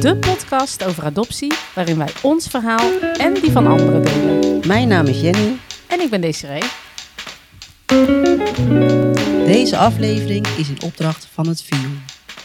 De podcast over adoptie, waarin wij ons verhaal en die van anderen delen. Mijn naam is Jenny. En ik ben Desiree. Deze aflevering is in opdracht van het FIOM.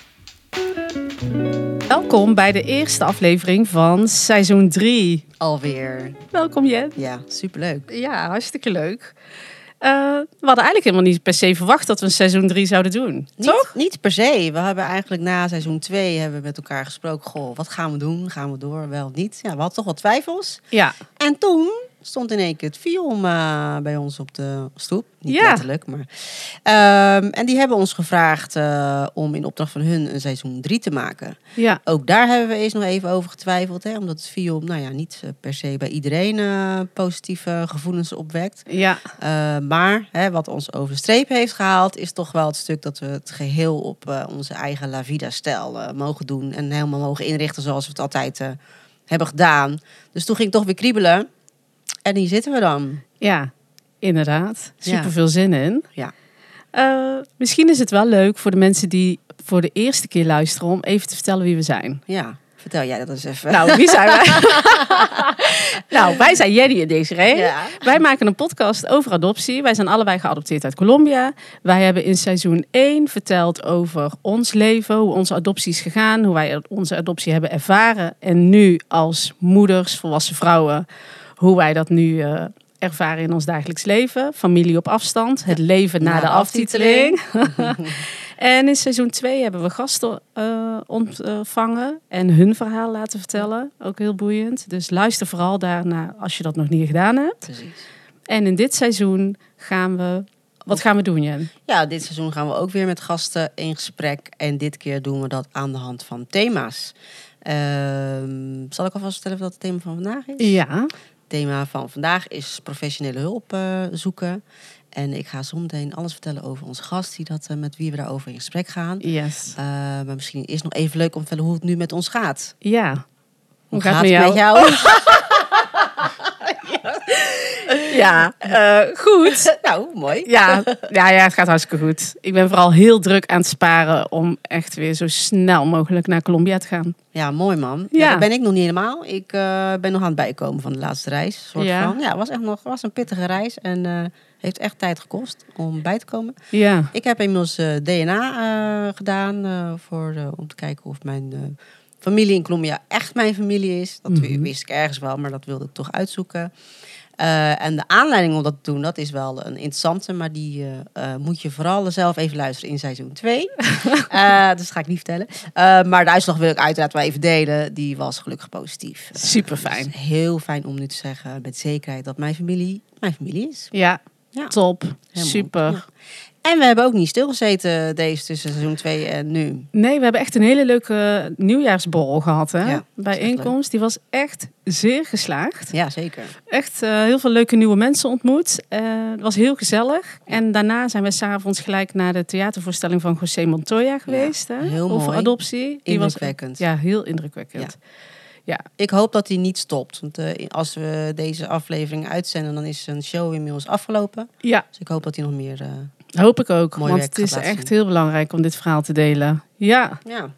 Welkom bij de eerste aflevering van seizoen 3. Alweer. Welkom Jen. Ja, superleuk. Ja, hartstikke leuk. We hadden eigenlijk helemaal niet per se verwacht dat we een seizoen 3 zouden doen. Toch? Niet per se. We hebben eigenlijk na seizoen 2 hebben we met elkaar gesproken. Goh, wat gaan we doen? Gaan we door? Wel of niet? Ja, we hadden toch wat twijfels. Ja. En toen stond in één keer het FIOM bij ons op de stoep. Niet letterlijk, maar... en die hebben ons gevraagd om in opdracht van hun een seizoen 3 te maken. Ja. Ook daar hebben we eerst nog even over getwijfeld. Hè, omdat het FIOM niet per se bij iedereen positieve gevoelens opwekt. Ja. Maar wat ons over de streep heeft gehaald, is toch wel het stuk dat we het geheel op onze eigen La Vida-stijl mogen doen. En helemaal mogen inrichten zoals we het altijd hebben gedaan. Dus toen ging ik toch weer kriebelen. En hier zitten we dan. Ja, inderdaad. Super veel zin in. Ja. Misschien is het wel leuk voor de mensen die voor de eerste keer luisteren om even te vertellen wie we zijn. Ja, vertel jij dat eens even. Nou, wie zijn wij? Wij zijn Jenny en Desiree. Ja. Wij maken een podcast over adoptie. Wij zijn allebei geadopteerd uit Colombia. Wij hebben in seizoen 1 verteld over ons leven, hoe onze adoptie is gegaan, hoe wij onze adoptie hebben ervaren. En nu als moeders, volwassen vrouwen, hoe wij dat nu ervaren in ons dagelijks leven. Familie op afstand, het leven na de aftiteling. En in seizoen 2 hebben we gasten ontvangen en hun verhaal laten vertellen. Ook heel boeiend. Dus luister vooral daarna als je dat nog niet gedaan hebt. Precies. En in dit seizoen gaan we... Wat gaan we doen, Jen? Ja, dit seizoen gaan we ook weer met gasten in gesprek. En dit keer doen we dat aan de hand van thema's. Zal ik alvast vertellen wat het thema van vandaag is? Ja. Het thema van vandaag is professionele hulp zoeken. En ik ga zo meteen alles vertellen over onze gast, met wie we daarover in gesprek gaan. Yes. Maar misschien is nog even leuk om te vertellen hoe het nu met ons gaat. Ja. Hoe gaat het met jou? Ja, goed. Nou, mooi. Ja, het gaat hartstikke goed. Ik ben vooral heel druk aan het sparen om echt weer zo snel mogelijk naar Colombia te gaan. Ja, mooi man. Ja. Dat ben ik nog niet helemaal. Ik ben nog aan het bijkomen van de laatste reis. Het was een pittige reis en heeft echt tijd gekost om bij te komen. Ja. Ik heb inmiddels DNA gedaan om te kijken of mijn familie in Colombia echt mijn familie is. Dat wist ik ergens wel, maar dat wilde ik toch uitzoeken. En de aanleiding om dat te doen, dat is wel een interessante, maar die moet je vooral zelf even luisteren in seizoen 2. Dus dat ga ik niet vertellen. Maar de uitslag wil ik uiteraard wel even delen. Die was gelukkig positief. Super fijn. Dus heel fijn om nu te zeggen met zekerheid dat mijn familie is. Ja, top. Helemaal. Super. Ja. En we hebben ook niet stilgezeten tussen seizoen 2 en nu. Nee, we hebben echt een hele leuke nieuwjaarsborrel gehad. Hè? Ja, bijeenkomst. Die was echt zeer geslaagd. Ja, zeker. Echt heel veel leuke nieuwe mensen ontmoet. Het was heel gezellig. En daarna zijn we 's avonds gelijk naar de theatervoorstelling van José Montoya geweest. Ja, hè? heel over mooi. adoptie. Die Indrukwekkend. was heel indrukwekkend. Ja. Ik hoop dat die niet stopt. Want als we deze aflevering uitzenden, dan is zijn show inmiddels afgelopen. Ja. Dus ik hoop dat hij nog meer... Hoop ik ook. Mooi Want werk het is gaat laten echt zien. heel belangrijk om dit verhaal te delen. Ja. Ja.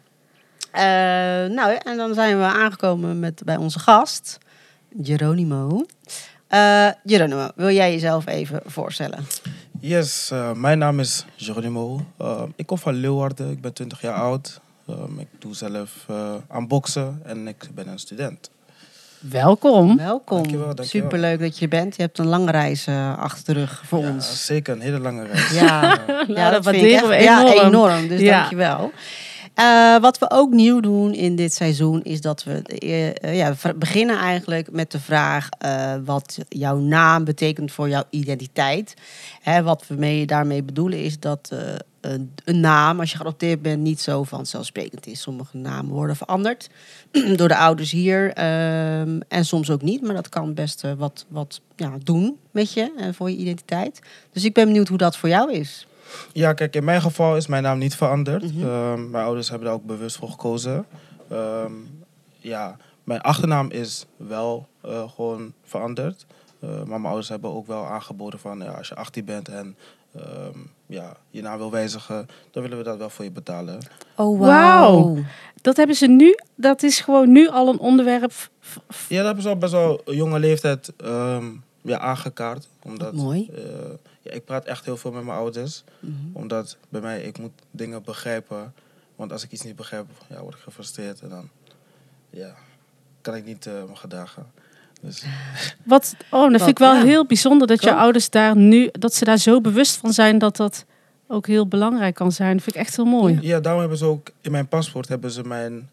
En dan zijn we aangekomen bij onze gast, Geronimo. Geronimo, wil jij jezelf even voorstellen? Yes, mijn naam is Geronimo. Ik kom van Leeuwarden, ik ben 20 jaar oud. Ik doe zelf aan boksen en ik ben een student. Welkom. Welkom. Dankjewel. Superleuk dat je bent. Je hebt een lange reis achter de rug voor Ja, ons. zeker, een hele lange reis. Ja, dat vind ik waarderen we echt- enorm. Ja, enorm. Dus Ja. dankjewel. Wat we ook nieuw doen in dit seizoen is dat we beginnen eigenlijk met de vraag wat jouw naam betekent voor jouw identiteit. Wat we daarmee bedoelen is dat een naam, als je geadopteerd bent, niet zo vanzelfsprekend is. Sommige namen worden veranderd door de ouders hier en soms ook niet. Maar dat kan best wat doen met je en voor je identiteit. Dus ik ben benieuwd hoe dat voor jou is. Ja, kijk, in mijn geval is mijn naam niet veranderd. Mijn ouders hebben daar ook bewust voor gekozen. Mijn achternaam is wel gewoon veranderd. Maar mijn ouders hebben ook wel aangeboden van... Ja, als je 18 bent en je naam wil wijzigen... dan willen we dat wel voor je betalen. Oh, Wauw. Dat hebben ze nu, dat is gewoon nu al een onderwerp. Ja, dat hebben ze al best wel een jonge leeftijd aangekaart. Omdat, Mooi. Ik praat echt heel veel met mijn ouders. Mhm. Omdat bij mij, ik moet dingen begrijpen. Want als ik iets niet begrijp, word ik gefrustreerd. En dan kan ik niet me gedragen. Dus, Dat vind ik wel heel bijzonder dat je Ook. ouders daar nu, dat ze daar zo bewust van zijn dat dat ook heel belangrijk kan zijn. Dat vind ik echt heel mooi. ja, daarom hebben ze ook in mijn paspoort hebben ze mijn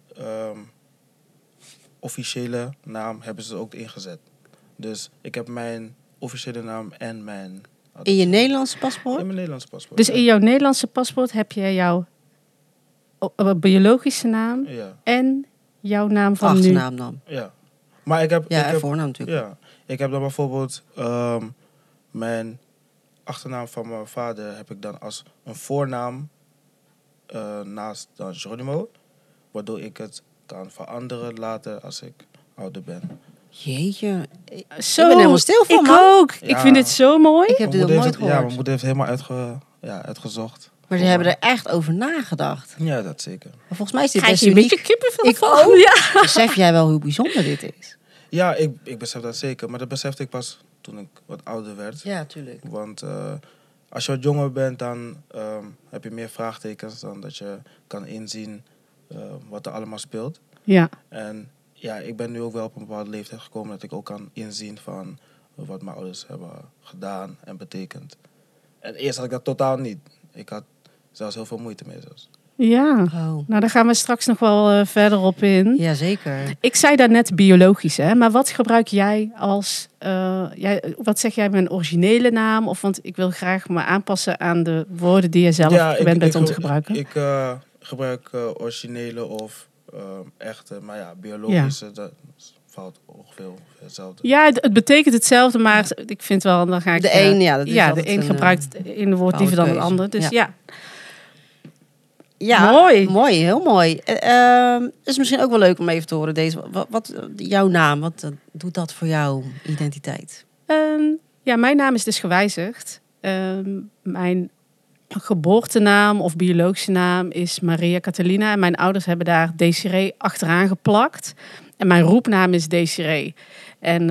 officiële naam hebben ze ook ingezet. Dus ik heb mijn officiële naam en mijn... In je Nederlandse paspoort? In mijn Nederlandse paspoort. Dus in jouw Nederlandse paspoort heb je jouw biologische naam Ja. en jouw naam van nu. Achternaam dan. Ja. Maar ik heb... Ja, ik en heb voornaam natuurlijk. Ja, ik heb dan bijvoorbeeld mijn achternaam van mijn vader heb ik dan als een voornaam naast dan Geronimo, waardoor ik het kan veranderen later als ik ouder ben. Jeetje. Zo, Ik ben helemaal stil van, ik man. ook. Ik Ja. vind dit zo mooi. Ik heb dit nog Mijn nooit moeder heeft gehoord. mijn moeder heeft helemaal uitgezocht. Maar ze hebben er echt over nagedacht. Ja, dat zeker. Maar volgens mij is dit Krijg best je een uniek. beetje kippenvel Ik van? ook. Ja. Besef jij wel hoe bijzonder dit is? Ja, ik besef dat zeker. Maar dat besefte ik pas toen ik wat ouder werd. Ja, tuurlijk. Want als je wat jonger bent, dan heb je meer vraagtekens dan dat je kan inzien wat er allemaal speelt. Ja. En ja, ik ben nu ook wel op een bepaalde leeftijd gekomen dat ik ook kan inzien van wat mijn ouders hebben gedaan en betekend. En eerst had ik dat totaal niet. Ik had zelfs heel veel moeite mee zelfs. Ja. Oh. Nou, daar gaan we straks nog wel verder op in. Jazeker. Ik zei daarnet biologisch, hè? Maar wat gebruik jij als... wat zeg jij mijn originele naam? Of want ik wil graag me aanpassen aan de woorden die je zelf gewend bent om te gebruiken. Ik gebruik originele of echte, maar ja, biologische, dat valt ongeveer hetzelfde. Ja, het betekent hetzelfde, maar ik vind wel... Dan ga ik, De een, ja, dat is ja, altijd de een een, gebruikt het ene woord liever dan het keuze. andere. Dus Ja. ja. Ja, Mooi. mooi, heel mooi. Het is misschien ook wel leuk om even te horen deze. Wat jouw naam, wat doet dat voor jouw identiteit? Ja, mijn naam is dus gewijzigd. Mijn geboortenaam of biologische naam is Maria Catalina. En mijn ouders hebben daar Desiree achteraan geplakt. En mijn roepnaam is Desiree. En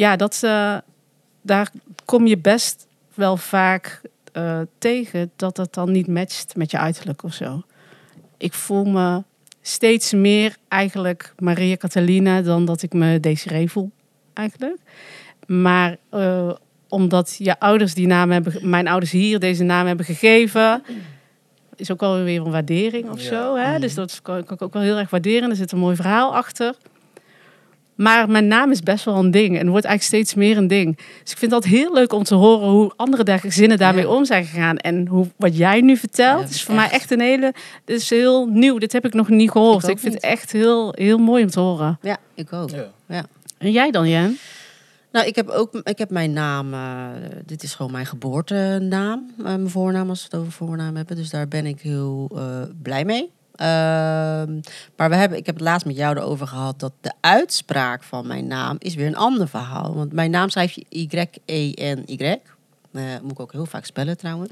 daar kom je best wel vaak tegen dat het dan niet matcht met je uiterlijk of zo. Ik voel me steeds meer eigenlijk Maria Catalina dan dat ik me Desiree voel eigenlijk. Maar omdat je ouders die naam hebben, mijn ouders hier deze naam hebben gegeven, is ook wel weer een waardering of Ja. zo. Hè? Dus dat kan ik ook wel heel erg waarderen. Er zit een mooi verhaal achter. Maar mijn naam is best wel een ding. En wordt eigenlijk steeds meer een ding. Dus ik vind dat heel leuk om te horen hoe andere gezinnen daarmee om zijn gegaan. En wat jij nu vertelt, Ja, is voor mij echt een hele... Dit is heel nieuw. Dit heb ik nog niet gehoord. Ik ook Ik vind niet. het echt heel, heel mooi om te horen. Ja, ik ook. Ja. En jij dan, Jen? Nou, ik heb mijn naam, dit is gewoon mijn geboortenaam, mijn voornaam als we het over voornaam hebben. Dus daar ben ik heel blij mee. Maar ik heb het laatst met jou erover gehad dat de uitspraak van mijn naam is weer een ander verhaal. Want mijn naam schrijf je Y-E-N-Y. Moet ik ook heel vaak spellen trouwens.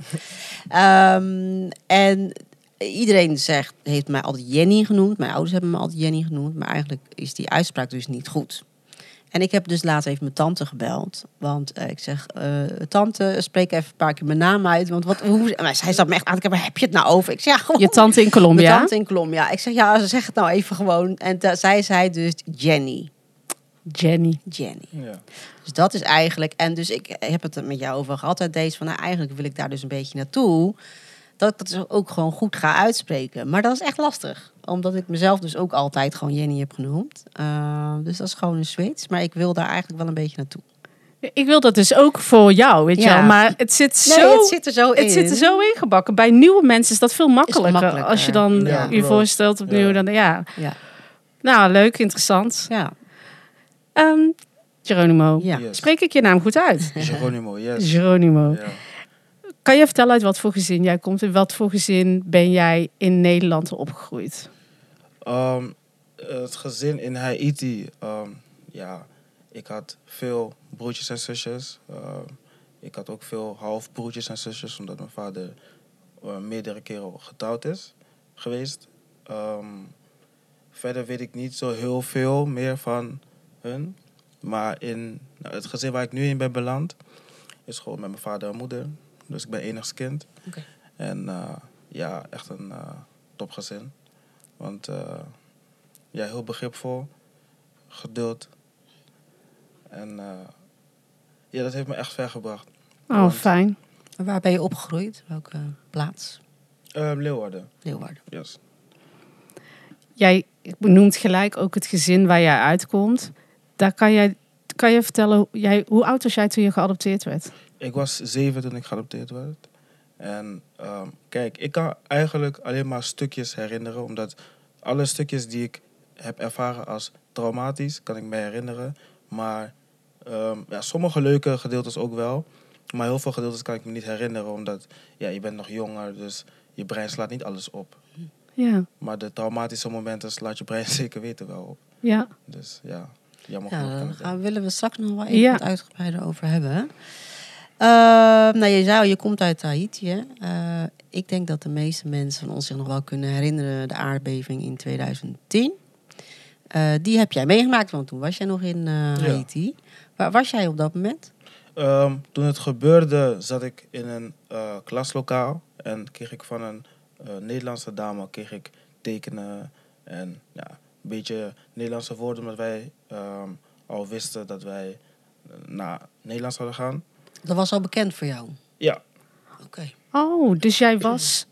En iedereen heeft mij altijd Jenny genoemd. Mijn ouders hebben me altijd Jenny genoemd. Maar eigenlijk is die uitspraak dus niet goed. En ik heb dus laatst even mijn tante gebeld. Want ik zeg, tante, spreek even een paar keer mijn naam uit. Want maar zij zat me echt aan te kijken, waar heb je het nou over? Ik zeg, ja, gewoon. Je tante in Colombia? Mijn tante in Colombia. Ik zeg, ja, zeg het nou even gewoon. En zij zei dus Jenny. Jenny. Ja. Dus dat is eigenlijk... En dus ik heb het er met jou over gehad uit deze. Van, nou, eigenlijk wil ik daar dus een beetje naartoe. Dat ik dat dus ook gewoon goed ga uitspreken. Maar dat is echt lastig. Omdat ik mezelf dus ook altijd gewoon Jenny heb genoemd. Dus dat is gewoon een Zweeds. Maar ik wil daar eigenlijk wel een beetje naartoe. Ik wil dat dus ook voor jou, weet je Ja. wel. Maar het zit Nee, zo... het zit er zo in. Het zit er zo ingebakken. Bij nieuwe mensen is dat veel makkelijker. makkelijker. Als je dan Ja, je klopt. voorstelt opnieuw. Ja. Dan, ja. Ja. Nou, leuk, interessant. Ja. Geronimo, Ja. Yes. spreek ik je naam goed uit? Geronimo, yes. Geronimo. Ja. Kan je vertellen uit wat voor gezin jij komt? In wat voor gezin ben jij in Nederland opgegroeid? Het gezin in Haiti, ik had veel broertjes en zusjes. Ik had ook veel halfbroertjes en zusjes, omdat mijn vader meerdere keren getrouwd is geweest. Verder weet ik niet zo heel veel meer van hun. Maar in het gezin waar ik nu in ben beland, is gewoon met mijn vader en moeder. Dus ik ben enigskind. Oké. En echt een topgezin. Want heel begripvol, geduld. En dat heeft me echt ver gebracht. Oh, Want, fijn. En waar ben je opgegroeid? Welke plaats? Leeuwarden, Leeuwarden. yes. Jij benoemt gelijk ook het gezin waar jij uitkomt. Daar kan je vertellen, hoe oud was jij toen je geadopteerd werd? Ik was 7 toen ik geadopteerd werd. En kijk, ik kan eigenlijk alleen maar stukjes herinneren. Omdat alle stukjes die ik heb ervaren als traumatisch, kan ik me herinneren. Maar sommige leuke gedeeltes ook wel. Maar heel veel gedeeltes kan ik me niet herinneren. Omdat je bent nog jonger, dus je brein slaat niet alles op. Ja, Maar de traumatische momenten slaat je brein zeker weten wel op. ja. Dus jammer Ja, genoeg. daar willen we straks nog wel even Ja. wat uitgebreider over hebben. Je zei je komt uit Haiti. Hè? Ik denk dat de meeste mensen van ons zich nog wel kunnen herinneren de aardbeving in 2010. Die heb jij meegemaakt, want toen was jij nog in Haiti. Waar was jij op dat moment? Toen het gebeurde zat ik in een klaslokaal. En kreeg ik van een Nederlandse dame tekenen. En een beetje Nederlandse woorden, omdat wij al wisten dat wij naar Nederland zouden gaan. Dat was al bekend voor jou? Ja, Oké. Oh, dus jij was...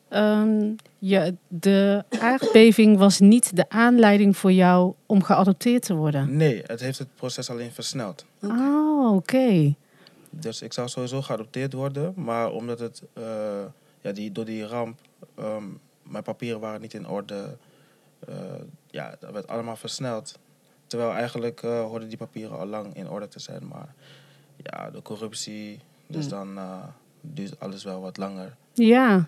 de aardbeving was niet de aanleiding voor jou om geadopteerd te worden? nee, het heeft het proces alleen versneld. Oh, oké. Dus ik zou sowieso geadopteerd worden. Maar omdat het door die ramp, mijn papieren waren niet in orde. Dat werd allemaal versneld. Terwijl eigenlijk hoorden die papieren al lang in orde te zijn. Maar de corruptie, dus dan duurt alles wel wat langer. Ja.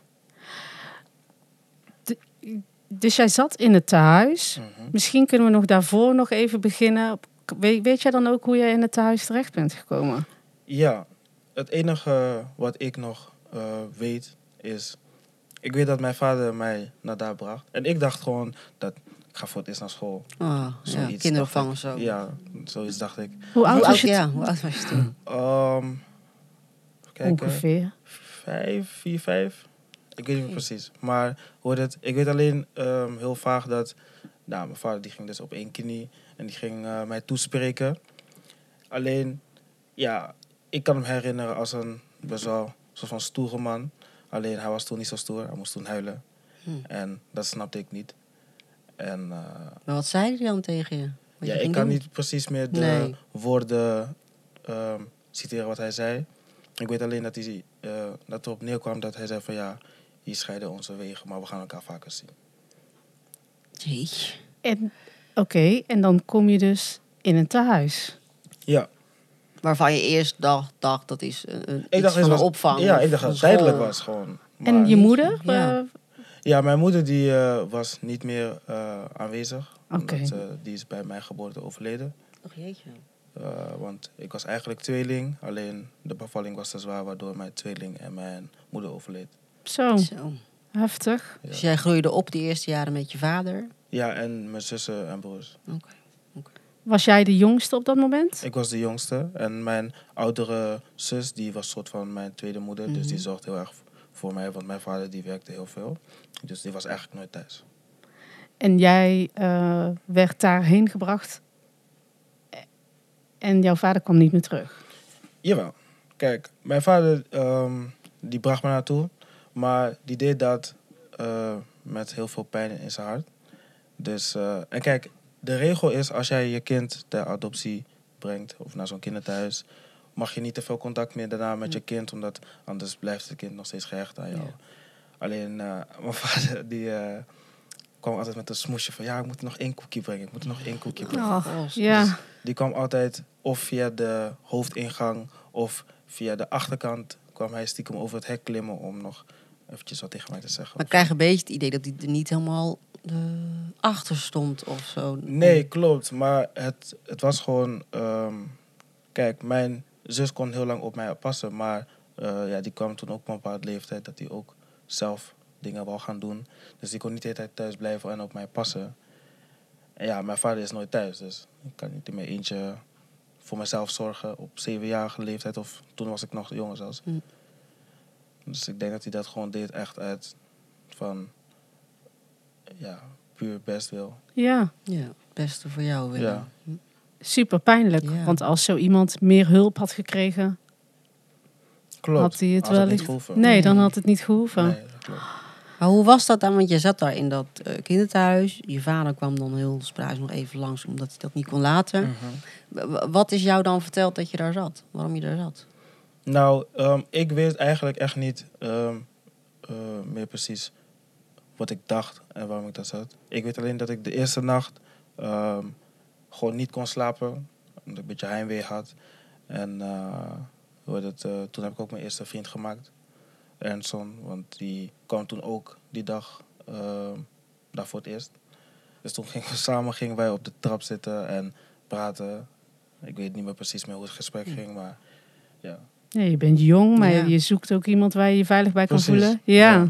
Dus jij zat in het tehuis. Mhm. Misschien kunnen we nog daarvoor nog even beginnen. Weet jij dan ook hoe jij in het tehuis terecht bent gekomen? Ja, het enige wat ik nog weet is... Ik weet dat mijn vader mij naar daar bracht. En ik dacht gewoon dat ik ga voor het eerst naar school. Zoiets, kinderopvang dacht of ik. zo. Ja, zoiets dacht ik. Hoe oud was je Hoe oud was je toen? Kijken, ongeveer? 5. Ik weet niet meer precies. Maar ik weet alleen heel vaag dat... mijn vader die ging dus op 1 knie en die ging mij toespreken. Alleen, ik kan hem herinneren als een best wel soort van stoere man. Alleen, hij was toen niet zo stoer. Hij moest toen huilen. En dat snapte ik niet. En, Maar wat zei hij dan tegen je? Wat je ik ging kan doen? niet precies meer de woorden citeren wat hij zei. Ik weet alleen dat hij dat erop neerkwam dat hij zei van hier scheiden onze wegen, maar we gaan elkaar vaker zien. Jeetje. En en dan kom je dus in een tehuis. Ja. Waarvan je eerst dacht dat is Ik iets dacht van een was, opvang. Ja, of ik dacht een dat het tijdelijk school. was gewoon. En Maar- je moeder? Ja. Ja, mijn moeder die was niet meer aanwezig. Oké. Omdat, die is bij mijn geboorte overleden. Och jeetje. Want ik was eigenlijk tweeling. Alleen de bevalling was te zwaar, waardoor mijn tweeling en mijn moeder overleed. Zo, Zo. heftig. Ja. Dus jij groeide op die eerste jaren met je vader? Ja, en mijn zussen en broers. Oké. Was jij de jongste op dat moment? Ik was de jongste. En mijn oudere zus, die was soort van mijn tweede moeder. Dus die zorgde heel erg voor mij. Want mijn vader die werkte heel veel. Dus die was eigenlijk nooit thuis. En jij werd daarheen gebracht. En jouw vader kwam niet meer terug. Jawel. Kijk, mijn vader die bracht me naartoe. Maar die deed dat met heel veel pijn in zijn hart. Dus, en kijk, de regel is als jij je kind ter adoptie brengt of naar zo'n kinderthuis, mag je niet te veel contact meer daarna met je kind, omdat anders blijft het kind nog steeds gehecht aan jou. Ja. Alleen mijn vader die kwam altijd met een smoesje van ik moet nog 1 koekje brengen, ik moet nog 1 koekje brengen. Oh, ja. Die kwam altijd of via de hoofdingang of via de achterkant kwam hij stiekem over het hek klimmen om nog eventjes wat tegen mij te zeggen. Maar ik krijg een beetje het idee dat hij er niet helemaal achter stond of zo. Nee, klopt. Maar het was gewoon kijk, mijn zus kon heel lang op mij oppassen, maar die kwam toen ook op een bepaalde leeftijd dat hij ook zelf dingen wou gaan doen. Dus die kon niet de hele tijd thuis blijven en op mij passen. En ja, mijn vader is nooit thuis, dus ik kan niet in mijn eentje voor mezelf zorgen op 7-jarige leeftijd, of toen was ik nog jonger zelfs. Dus ik denk dat hij dat gewoon deed echt uit van, puur best wil. Ja, Ja, het beste voor jou willen. Ja. super pijnlijk. Ja. Want als zo iemand meer hulp had gekregen, Klopt. had hij het Had wel niet gehoeven. Nee, dan had het niet gehoeven. Nee, dat klopt. Maar hoe was dat dan? Want je zat daar in dat kinderthuis. Je vader kwam dan heel spraak nog even langs, omdat hij dat niet kon laten. Wat is jou dan verteld dat je daar zat? Waarom je daar zat? Nou, ik wist eigenlijk echt niet meer precies wat ik dacht en waarom ik daar zat. Ik weet alleen dat ik de eerste nacht gewoon niet kon slapen. Omdat ik een beetje heimwee had. En toen heb ik ook mijn eerste vriend gemaakt. Ernson, want die kwam toen ook die dag daar voor het eerst. Dus toen gingen wij op de trap zitten en praten. Ik weet niet meer precies meer hoe het gesprek ging, maar ja. Ja, je bent jong, maar Ja. je zoekt ook iemand waar je je veilig bij kan Precies, voelen. Ja. ja.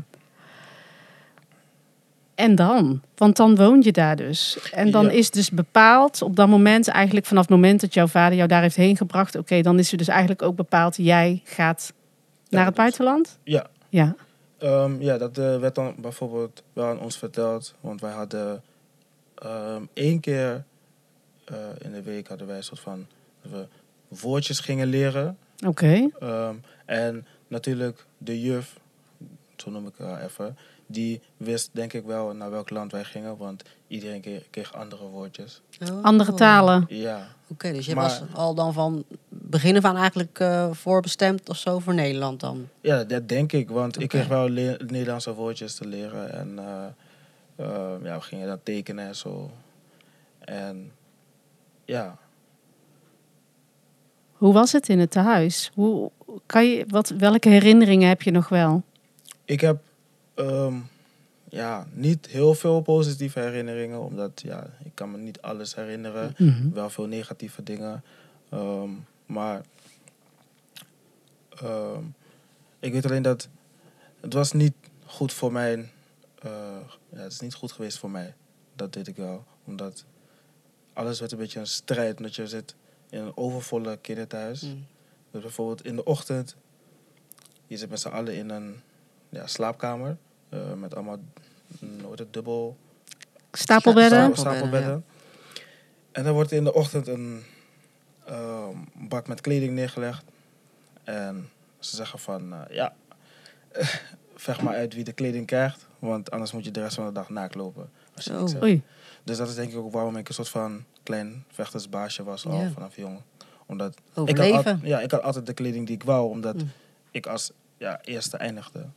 En dan? Want dan woon je daar dus. En dan Ja. is dus bepaald op dat moment, eigenlijk vanaf het moment dat jouw vader jou daar heeft heen gebracht, oké, dan is er dus eigenlijk ook bepaald, jij gaat naar het dat is- buitenland? Ja. Ja. Dat werd dan bijvoorbeeld wel aan ons verteld. Want wij hadden 1 keer in de week hadden wij een soort van dat we woordjes gingen leren. Oké. En natuurlijk de juf, zo noem ik haar even, die wist denk ik wel naar welk land wij gingen. Want iedereen kreeg andere woordjes. Oh. Andere talen. Ja, Oké, dus je Maar- was al dan van begin af aan eigenlijk voorbestemd of zo voor Nederland dan? ja, dat denk ik. Want ik Oké. kreeg wel Nederlandse woordjes te leren. En we gingen dan tekenen en zo. En ja. Hoe was het in het tehuis? Welke herinneringen heb je nog wel? Ik heb niet heel veel positieve herinneringen, omdat ik kan me niet alles herinneren. Wel veel negatieve dingen. Maar ik weet alleen dat het was niet goed voor mij. Het is niet goed geweest voor mij. Dat weet ik wel. Omdat alles werd een beetje een strijd. Omdat je zit in een overvolle kinderthuis. Dus bijvoorbeeld in de ochtend, je zit met z'n allen in een slaapkamer. Met allemaal dubbel Stapelbedden? stapelbedden. En dan wordt in de ochtend een bak met kleding neergelegd. En ze zeggen van, vecht maar uit wie de kleding krijgt. Want anders moet je de rest van de dag naakt lopen. Als je Zo. niks hebt. Oei. Dus dat is denk ik ook waarom ik een soort van klein vechtersbaasje was al Ja. vanaf jong. Omdat Overleven. ik had altijd de kleding die ik wou, omdat ik als eerste eindigde.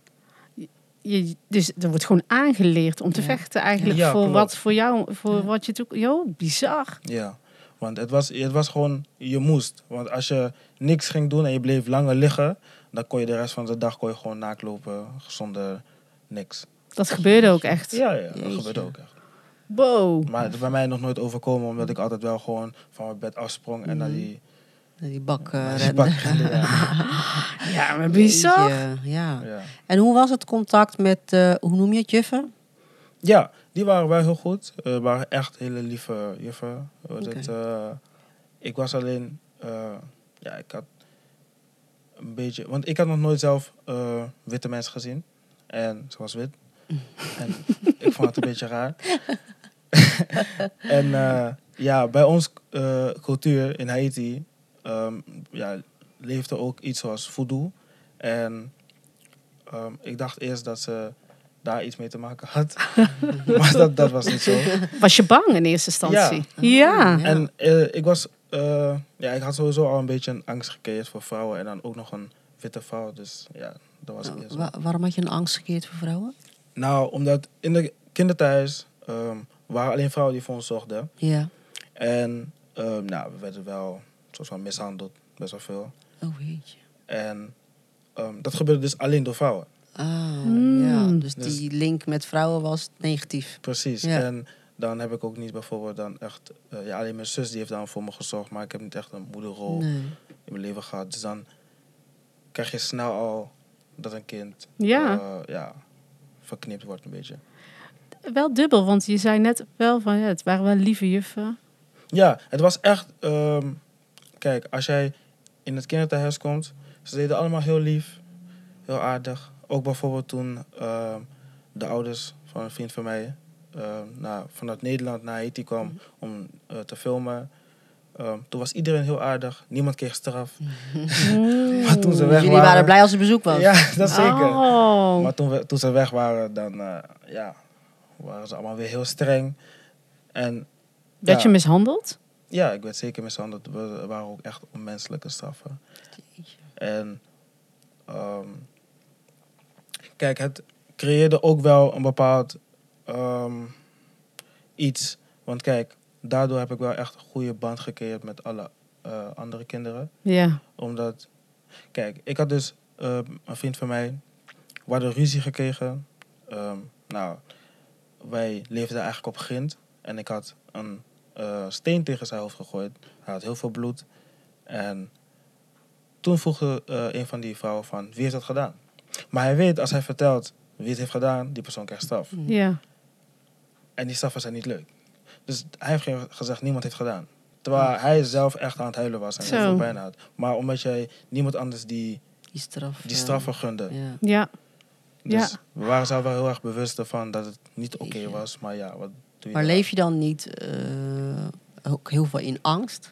Dus er wordt gewoon aangeleerd om te vechten eigenlijk Ja, voor klopt. wat voor jou, voor wat je toe. Jo, bizar. Ja, want het was gewoon, je moest. Want als je niks ging doen en je bleef langer liggen, dan kon je de rest van de dag gewoon naakt lopen zonder niks. Dat gebeurde ook echt. Ja, dat Jeetje. gebeurde ook echt. Wow. Maar het is bij mij nog nooit overkomen, omdat ik altijd wel gewoon van mijn bed afsprong en naar Die bak die rende. bak rende, ja. Ja, maar bizar. Jeetje, ja. Ja. En hoe was het contact met, hoe noem je het, juffen? Ja, die waren wel heel goed. Waren echt hele lieve juffen. Ik was alleen, ik had een beetje, want ik had nog nooit zelf witte mensen gezien. En ze was wit. En ik vond het een beetje raar. En bij ons cultuur in Haiti leefde ook iets zoals voodoo. En ik dacht eerst dat ze daar iets mee te maken had. Maar dat was niet zo. Was je bang in eerste instantie? Ja. Ja. En ik had sowieso al een beetje een angst gecreëerd voor vrouwen. En dan ook nog een witte vrouw. Dus ja, dat was het eerst. Waarom had je een angst gekeerd voor vrouwen? Nou, omdat in de kinderthuis waren alleen vrouwen die voor ons zorgden. Ja. En we werden wel een soort van mishandeld. Best wel veel. Oh, jeetje. En dat gebeurde dus alleen door vrouwen. Ah, ja. Dus die link met vrouwen was negatief. Precies. Ja. En dan heb ik ook niet bijvoorbeeld dan echt... alleen mijn zus die heeft dan voor me gezorgd, maar ik heb niet echt een moederrol in mijn leven gehad. Dus dan krijg je snel al dat een kind verknipt wordt een beetje. Wel dubbel, want je zei net wel van het waren wel lieve juffen. Ja, het was echt... kijk, als jij in het kinderthuis komt, ze deden allemaal heel lief, heel aardig. Ook bijvoorbeeld toen de ouders van een vriend van mij vanuit Nederland naar Haiti kwam om te filmen. Toen was iedereen heel aardig. Niemand kreeg straf. Maar toen ze weg Jullie waren blij als er bezoek was. Ja, dat zeker. Oh. Maar toen ze weg waren, dan waren ze allemaal weer heel streng. En, Werd je mishandeld? Ja, ik werd zeker mishandeld. Er waren ook echt onmenselijke straffen. En kijk, het creëerde ook wel een bepaald iets. Want kijk, daardoor heb ik wel echt een goede band gecreëerd met alle andere kinderen. Ja. Omdat, kijk, ik had dus een vriend van mij, we hadden ruzie gekregen. Wij leefden eigenlijk op grind. En ik had een steen tegen zijn hoofd gegooid. Hij had heel veel bloed. En toen vroeg een van die vrouwen van, wie heeft dat gedaan? Maar hij weet, als hij vertelt wie het heeft gedaan, die persoon krijgt straf. Ja. En die straffen zijn niet leuk. Dus hij heeft gezegd, niemand heeft gedaan. Terwijl hij zelf echt aan het huilen was en heel veel pijn had. Maar omdat jij niemand anders die straffen gunde. Ja. Ja. Dus we waren zelf wel heel erg bewust ervan dat het niet oké was. Maar ja, wat doe je Maar leef je dan niet ook heel veel in angst?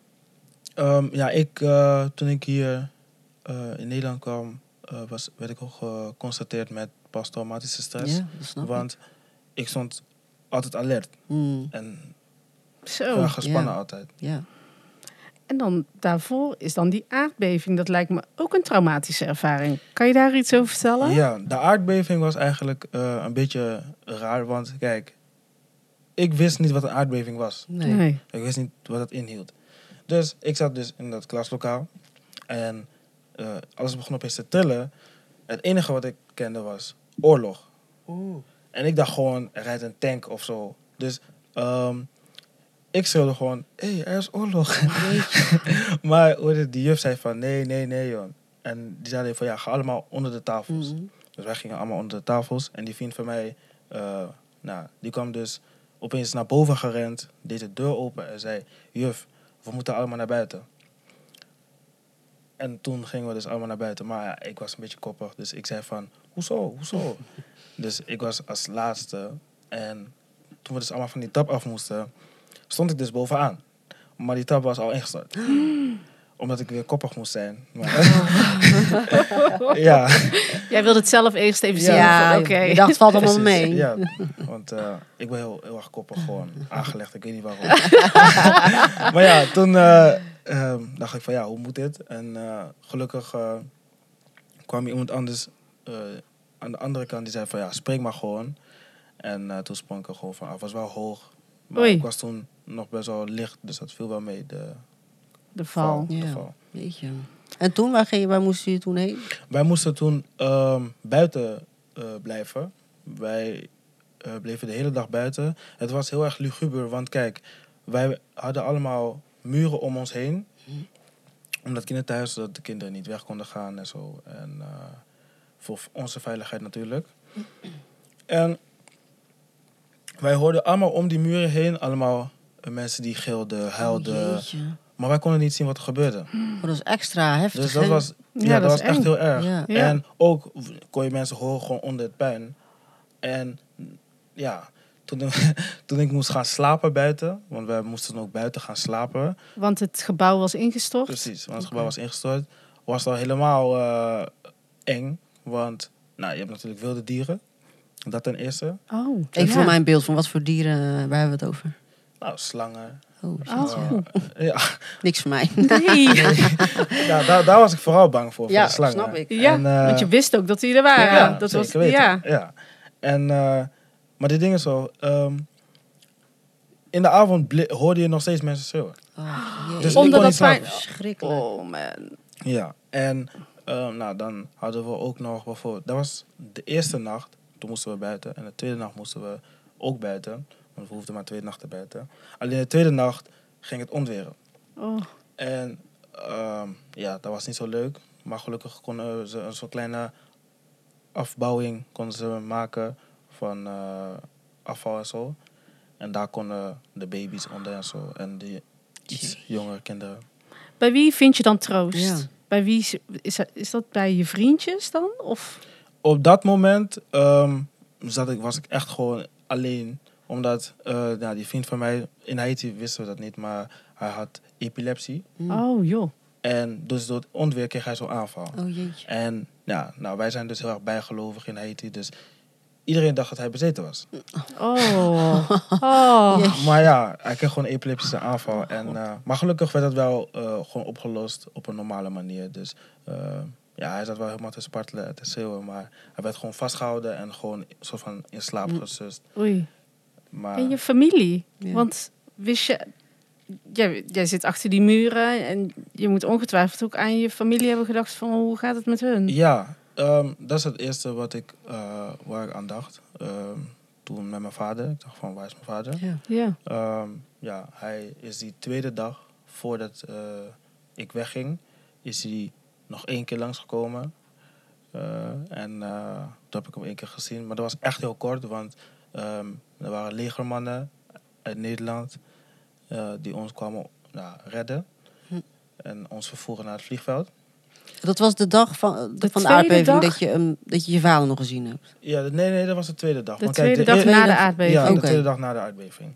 Toen ik hier in Nederland kwam, werd ik ook geconstateerd met posttraumatische stress. Ja, dat snap Want ik stond altijd alert. En Zo. heel erg gespannen altijd. Ja. En dan daarvoor is dan die aardbeving. Dat lijkt me ook een traumatische ervaring. Kan je daar iets over vertellen? Ja, de aardbeving was eigenlijk een beetje raar. Want kijk, ik wist niet wat een aardbeving was. Nee. Ik wist niet wat dat inhield. Dus ik zat dus in dat klaslokaal. En alles begon opeens te trillen. Het enige wat ik kende was oorlog. En ik dacht gewoon, er rijdt een tank of zo. Dus ik schreeuwde gewoon, er is oorlog. Maar die juf zei van, nee, joh. En die zei van, ga allemaal onder de tafels. Dus wij gingen allemaal onder de tafels. En die vriend van mij, die kwam dus opeens naar boven gerend. Deed de deur open en zei, juf, we moeten allemaal naar buiten. En toen gingen we dus allemaal naar buiten. Maar ja, ik was een beetje koppig. Dus ik zei van, hoezo? Dus ik was als laatste. En toen we dus allemaal van die trap af moesten, stond ik dus bovenaan. Maar die trap was al ingestort. Omdat ik weer koppig moest zijn. Maar ja. Jij wilde het zelf eerst even zien. Ja, Oké. je dacht, valt allemaal Precies, mee. Ja, want ik ben heel erg koppig gewoon aangelegd. Ik weet niet waarom. Maar ja, toen dacht ik van hoe moet dit? En gelukkig kwam iemand anders aan de andere kant die zei van spreek maar gewoon. En toen sprong ik er gewoon van af. Het was wel hoog. Maar ik was toen nog best wel licht, dus dat viel wel mee. De val. De val. Weet je. En toen, waar moesten jullie toen heen? Wij moesten toen buiten blijven. Wij bleven de hele dag buiten. Het was heel erg luguber, want kijk, wij hadden allemaal muren om ons heen. Omdat kinderthuis, dat de kinderen niet weg konden gaan en zo. En voor onze veiligheid natuurlijk. En wij hoorden allemaal om die muren heen, allemaal mensen die gilden, huilden. Maar wij konden niet zien wat er gebeurde. Dat was extra heftig. Dus dat was, dat was echt heel erg. Ja. En ook kon je mensen horen gewoon onder het puin. En toen ik moest gaan slapen buiten, want wij moesten ook buiten gaan slapen. Want het gebouw was ingestort? Precies, want het gebouw was ingestort. Was al helemaal eng, want je hebt natuurlijk wilde dieren. Dat ten eerste. Oh, Even voor mijn beeld van wat voor dieren, waar hebben we het over? Nou, slangen. Oh. Niks voor mij. Nee. Daar was ik vooral bang voor de slangen. Snap ik. Ja, En, want je wist ook dat die er waren. Ja, dat zeker was, weten. Ja. En, maar dit ding is zo. In de avond hoorde je nog steeds mensen schreeuwen. Dus onder ik kon dat niet slapen. pijn. Verschrikkelijk. Oh man. Ja, en dan hadden we ook nog bijvoorbeeld... Dat was de eerste nacht, toen moesten we buiten. En de tweede nacht moesten we ook buiten. Want we hoefden maar 2 nachten buiten. Alleen de tweede nacht ging het onweren. Oh. En dat was niet zo leuk. Maar gelukkig konden ze een zo'n kleine afbouwing konden ze maken van afval en zo. En daar konden de baby's onder en zo. En die iets jongere kinderen. Bij wie vind je dan troost? Ja. Bij wie is dat bij je vriendjes dan? Of? Op dat moment was ik echt gewoon alleen. Omdat die vriend van mij, in Haiti wisten we dat niet, maar hij had epilepsie. Oh joh. En dus door het onweer kreeg hij zo'n aanval. Oh jeetje. En wij zijn dus heel erg bijgelovig in Haiti. Dus iedereen dacht dat hij bezeten was. Oh. Oh. Jeetje. Maar ja, hij kreeg gewoon een epileptische aanval. Maar gelukkig werd dat wel gewoon opgelost op een normale manier. Dus hij zat wel helemaal te spartelen en te schreeuwen. Maar hij werd gewoon vastgehouden en gewoon een soort van in slaap gesust. Oei. Maar En je familie? Ja. Want wist je... Jij zit achter die muren en je moet ongetwijfeld ook aan je familie hebben gedacht van hoe gaat het met hun? ja, dat is het eerste waar ik aan dacht. Toen met mijn vader. Ik dacht van, waar is mijn vader? Ja. Ja. Hij is die tweede dag voordat ik wegging, is hij nog 1 keer langsgekomen. Toen heb ik hem 1 keer gezien. Maar dat was echt heel kort, want er waren legermannen uit Nederland die ons kwamen redden. En ons vervoeren naar het vliegveld. Dat was de dag van de tweede aardbeving dag? dat je vader nog gezien hebt. Ja, nee, dat was de tweede dag. De Want tweede kijk, dag na de aardbeving. Ja, de Oké. tweede dag na de aardbeving.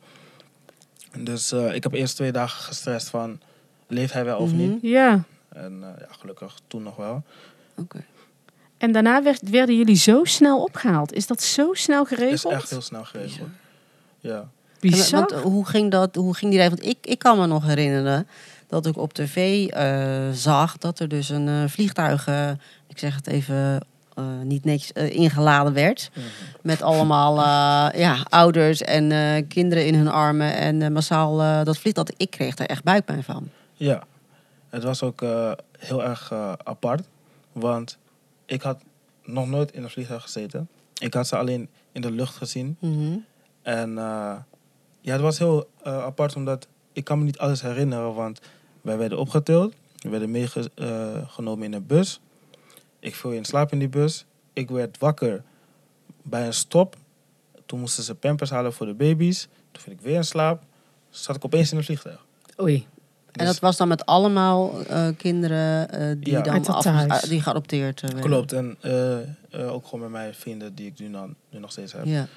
Dus ik heb eerst 2 dagen gestrest van, leeft hij wel of niet? Ja. En gelukkig toen nog wel. Oké. En daarna werden jullie zo snel opgehaald. Is dat zo snel Is geregeld? echt heel snel geregeld. Ja. Bizar. Want hoe ging dat? Hoe ging die reis? Want ik kan me nog herinneren dat ik op tv zag dat er dus een vliegtuig, ik zeg het even niet netjes, ingeladen werd. Met allemaal ouders en kinderen in hun armen. En massaal dat vliegtuig. Ik kreeg daar echt buikpijn van. Ja. Het was ook heel erg apart. Want ik had nog nooit in een vliegtuig gezeten. Ik had ze alleen in de lucht gezien. Mhm. En het was heel apart omdat ik kan me niet alles herinneren. Want wij werden opgetild. We werden meegenomen in een bus. Ik viel in slaap in die bus. Ik werd wakker bij een stop. Toen moesten ze pampers halen voor de baby's. Toen viel ik weer in slaap. Zat ik opeens in een vliegtuig. Oei. En dat was dan met allemaal kinderen die Ja. dan Uit dat thuis. die geadopteerd werden. Klopt. En ook gewoon met mijn vrienden die ik nu nog steeds heb. Ja.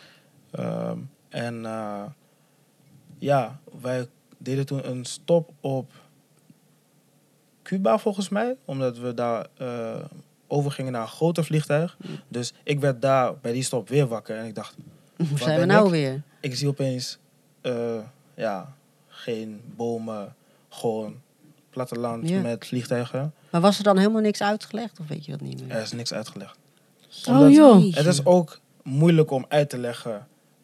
Wij deden toen een stop op Cuba volgens mij. Omdat we daar overgingen naar een groter vliegtuig. Dus ik werd daar bij die stop weer wakker. En ik dacht, Hoe wat zijn we ben nou ik? weer? Ik zie opeens geen bomen, gewoon platteland Ja. met vliegtuigen. Maar was er dan helemaal niks uitgelegd? Of weet je dat niet meer? Er is niks uitgelegd. Oh joh. Jeetje. Het is ook moeilijk om uit te leggen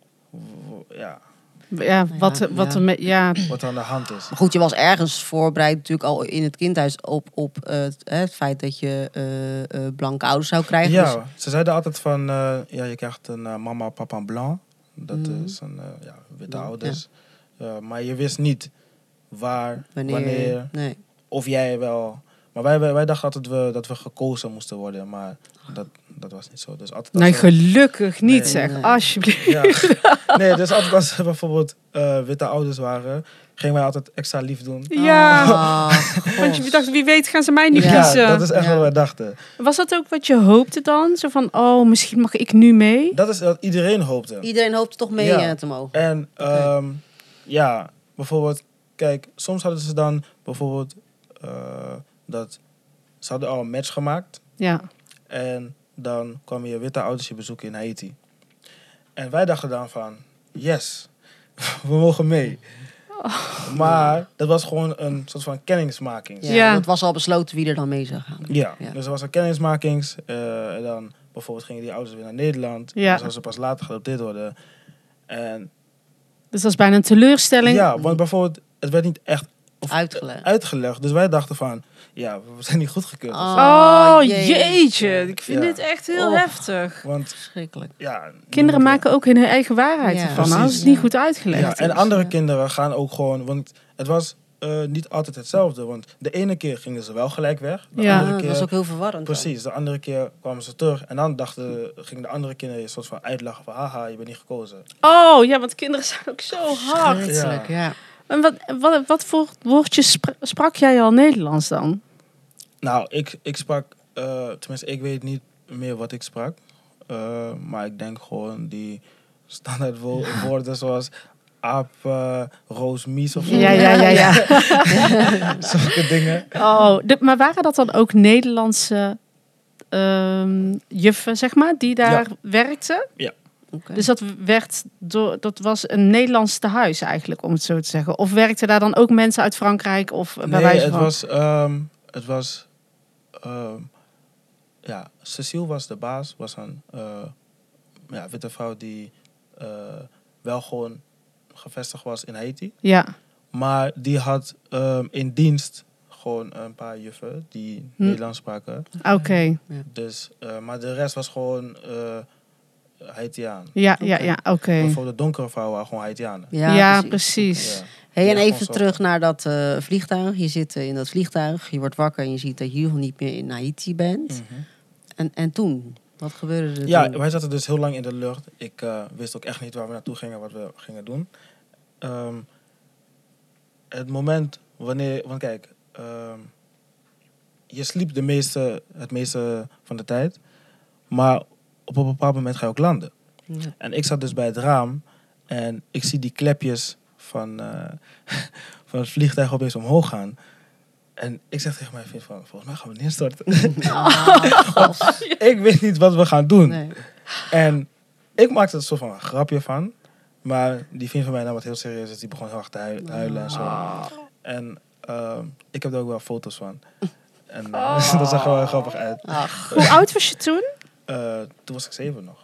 Ja, wat er met... Ja, wat er aan de hand is. Maar goed, je was ergens voorbereid natuurlijk al in het kindhuis op het feit dat je blanke ouders zou krijgen. Dus- Ja, ze zeiden altijd van, je krijgt een mama, papa blanc. Dat is een witte ouders. Maar je wist niet waar, wanneer, Nee. of jij wel. Maar wij dachten altijd dat we gekozen moesten worden, maar dat was niet zo. Dus altijd nee, als gelukkig niet Nee. zeg. Nee. Alsjeblieft. ja. Nee, dus altijd als we bijvoorbeeld witte ouders waren, gingen wij altijd extra lief doen. Ja, Ah, want je dacht, wie weet gaan ze mij niet Ja, kiezen. Ja, dat is echt Ja. wat wij dachten. Was dat ook wat je hoopte dan? Zo van, oh, misschien mag ik nu mee? Dat is wat iedereen hoopte. Iedereen hoopt toch mee Ja. te mogen. En bijvoorbeeld, kijk, soms hadden ze dan bijvoorbeeld dat ze hadden al een match gemaakt Ja. en dan kwamen je witte ouders je bezoeken in Haiti. En wij dachten dan van, yes, we mogen mee. Maar dat was gewoon een soort van kennismaking. Ja, Ja. Dat was al besloten wie er dan mee zou gaan. Ja, Ja. dus er was een kennismakings. En dan bijvoorbeeld gingen die ouders weer naar Nederland. Ja. Dus als ze pas later geadopteerd worden. En Dus dat is bijna een teleurstelling. ja, want bijvoorbeeld, het werd niet echt Uitgelegd. Dus wij dachten van, ja, we zijn niet goedgekeurd. of zo. Oh, jeetje. jeetje. Ik vind Ja. dit echt heel Och. heftig. Want Verschrikkelijk. ja... Kinderen niemand- maken ook hun eigen waarheid Ja. ervan. Precies. Als het niet goed uitgelegd Ja, is. en andere kinderen gaan ook gewoon... Want het was niet altijd hetzelfde. Want de ene keer gingen ze wel gelijk weg. De Ja. andere Dat keer... was ook heel verwarrend. Precies, de andere keer kwamen ze terug. En dan gingen de andere kinderen een soort van uitlachen van... Haha, je bent niet gekozen. Oh, ja, want kinderen zijn ook zo hard. Verschrikkelijk, ja. En wat voor woordjes sprak jij al Nederlands dan? Nou, ik sprak... tenminste, ik weet niet meer wat ik sprak. Maar ik denk gewoon die standaard woorden zoals... aap, roos, mies of zo. Ja. Zulke dingen. Oh, maar waren dat dan ook Nederlandse juffen, zeg maar, die daar werkten? Oké. Dus dat was een Nederlands tehuis eigenlijk, om het zo te zeggen. Of werkten daar dan ook mensen uit Frankrijk of bij Nee, wijze het van... was... ja, Cecile was de baas. Was een witte vrouw die wel gewoon gevestigd was in Haiti. Ja, Maar die had in dienst gewoon een paar juffen die Nederlands spraken. oké. Dus, maar de rest was gewoon Haitiaan. Ja, oké. Bijvoorbeeld de donkere vrouwen waren gewoon Haitianen. Ja, precies. Ja. Hey, en Ja, even gewoon zo. terug naar dat vliegtuig. Je zit in dat vliegtuig, je wordt wakker en je ziet dat je nog niet meer in Haiti bent. En toen? Wat gebeurde er Ja, toen? wij zaten dus heel lang in de lucht. Ik wist ook echt niet waar we naartoe gingen, wat we gingen doen. Het moment wanneer... Want kijk, je sliep het meeste van de tijd. Maar op een bepaald moment ga je ook landen. Ja. En ik zat dus bij het raam en ik zie die klepjes van het vliegtuig opeens omhoog gaan. En ik zeg tegen mijn vriend van, volgens mij gaan we neerstorten. Ik weet niet wat we gaan doen. Nee. En ik maakte er een soort van een grapje van. Maar die vriend van mij nam het heel serieus. Dus die begon heel erg te huilen en zo. En ik heb er ook wel foto's van. En dat zag er wel grappig uit. Ach, Hoe oud was je toen? Toen was ik 7 nog.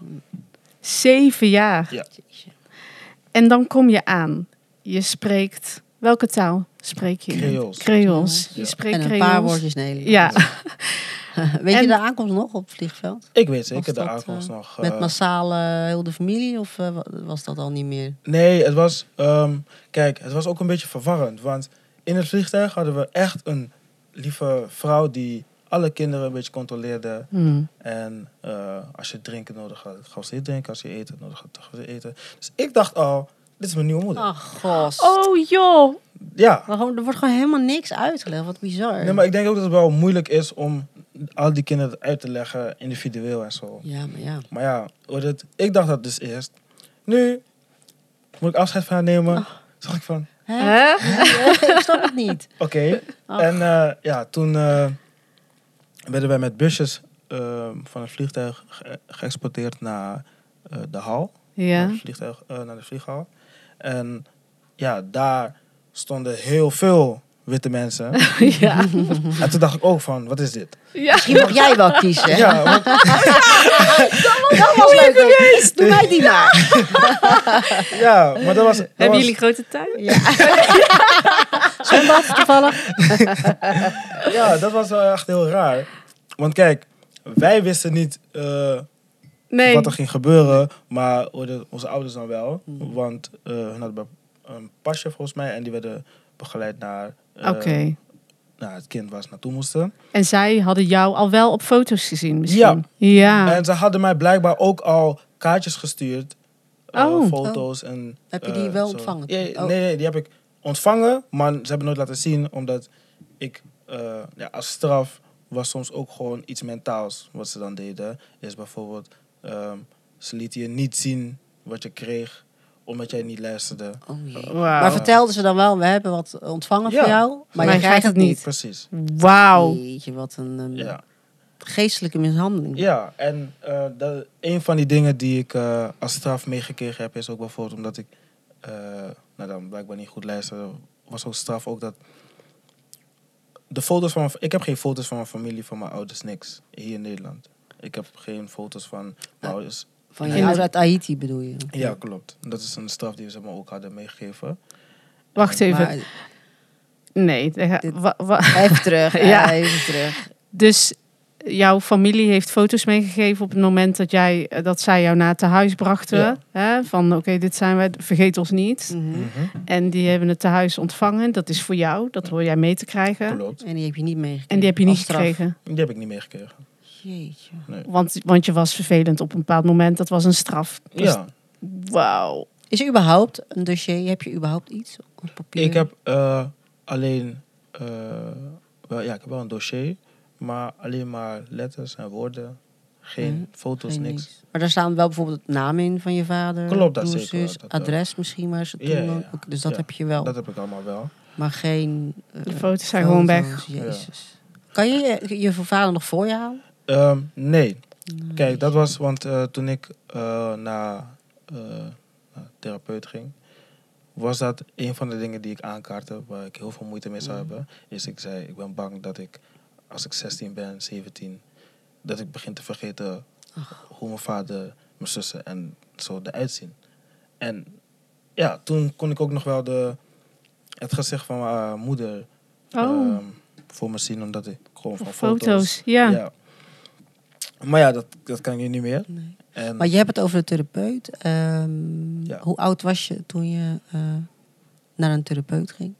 7 jaar. Ja. En dan kom je aan. Je spreekt... Welke taal spreek je? Creools. Creools. Je Ja. spreekt en een Creools. paar woordjes Nederlands. Ja. Weet En- je de aankomst nog op het vliegveld? Ik weet zeker Was de dat, aankomst nog. Met massaal heel de familie of was dat al niet meer? Nee, het was... kijk, het was ook een beetje verwarrend. Want in het vliegtuig hadden we echt een lieve vrouw die alle kinderen een beetje controleerde. En als je drinken nodig had, gaf ze je drinken. Als je eten nodig had, gaf ze eten. Dus ik dacht al, dit is mijn nieuwe moeder. Ach, gos. Oh joh. Ja. Maar gewoon, er wordt gewoon helemaal niks uitgelegd. Wat bizar. Nee, maar ik denk ook dat het wel moeilijk is om al die kinderen uit te leggen, individueel en zo. Ja, maar ja. Maar ja, ik dacht dat dus eerst. Nu moet ik afscheid van haar nemen. Zag ik van, Hè? Hè? Ik snap het niet. oké. Ach. En toen werden wij met busjes van het vliegtuig geëxporteerd naar de hal. Ja. Naar de vlieghal. En ja, daar stonden heel veel witte mensen. Ja. En toen dacht ik ook van, wat is dit? Ja. Misschien mag jij wel kiezen. Ja, want, Dat was leuk geweest. Doe mij die maar. ja, maar dat was... Hebben jullie grote tuin? Ja. Zwembad toevallig. Ja, dat was wel echt heel raar. Want kijk, wij wisten niet Nee. wat er ging gebeuren, maar onze ouders dan wel. Want hun hadden een pasje volgens mij en die werden begeleid naar Oké. het kind waar ze naartoe moesten. En zij hadden jou al wel op foto's gezien misschien? Ja. Ja. En ze hadden mij blijkbaar ook al kaartjes gestuurd. Oh. Foto's en... Heb je die wel zo. ontvangen? Ja, Oh. nee, die heb ik ontvangen, maar ze hebben nooit laten zien, omdat ik als straf was soms ook gewoon iets mentaals wat ze dan deden. Is bijvoorbeeld, ze lieten je niet zien wat je kreeg, omdat jij niet luisterde. Oh, jee. Wauw. Maar vertelden ze dan wel, we hebben wat ontvangen Ja. van jou, maar Maar je krijgt het niet. Precies. Wauw. Jeetje, wat een Ja. geestelijke mishandeling. Ja, en een van die dingen die ik als straf meegekregen heb, is ook bijvoorbeeld omdat ik dan blijkbaar niet goed luisterde, was ook straf ook dat de foto's van ik heb geen foto's van mijn familie, van mijn ouders, niks hier in Nederland. Ik heb geen foto's van mijn ouders. Van je ouders uit Haiti bedoel je? Ja, klopt. Dat is een straf die ze me ook hadden meegegeven. Wacht even. Maar, Nee. Even terug. Ja. Even terug. Dus jouw familie heeft foto's meegegeven op het moment dat zij jou naar het tehuis brachten. Ja. Hè? Van oké, dit zijn wij, vergeet ons niet. Mhm. Mhm. En die hebben het tehuis ontvangen. Dat is voor jou, dat hoor jij mee te krijgen. Klopt. En die heb je niet meegekregen. En die heb je niet Als straf. gekregen. Die heb ik niet meegekregen. Jeetje. Want je was vervelend op een bepaald moment. Dat was een straf. Dus, Ja, Wauw. Is er überhaupt een dossier? Heb je überhaupt iets op papier? ik heb alleen... ik heb wel een dossier, maar alleen maar letters en woorden. Geen foto's, Geen niks. Maar daar staan wel bijvoorbeeld namen in van je vader. Klopt, dat broer, zeker wel, zus, dat wel. adres misschien waar ze toen Ja, ja, woonde. ja. Oké, dus dat Ja, heb je wel. Dat heb ik allemaal wel. Maar geen De foto's zijn gewoon weg. Jezus. Kan je je vader nog voor je halen? Nee. Kijk, dat was, want toen ik naar therapeut ging, was dat een van de dingen die ik aankaartte, waar ik heel veel moeite mee zou hebben. Is ik zei, ik ben bang dat ik, als ik 16 ben, 17, dat ik begin te vergeten hoe mijn vader, mijn zussen en zo eruit zien. En ja, toen kon ik ook nog wel het gezicht van mijn moeder voor me zien, omdat ik gewoon van Foto's, ja. Maar ja, dat kan je niet meer. Nee. En Maar je hebt het over de therapeut. Ja. Hoe oud was je toen je naar een therapeut ging?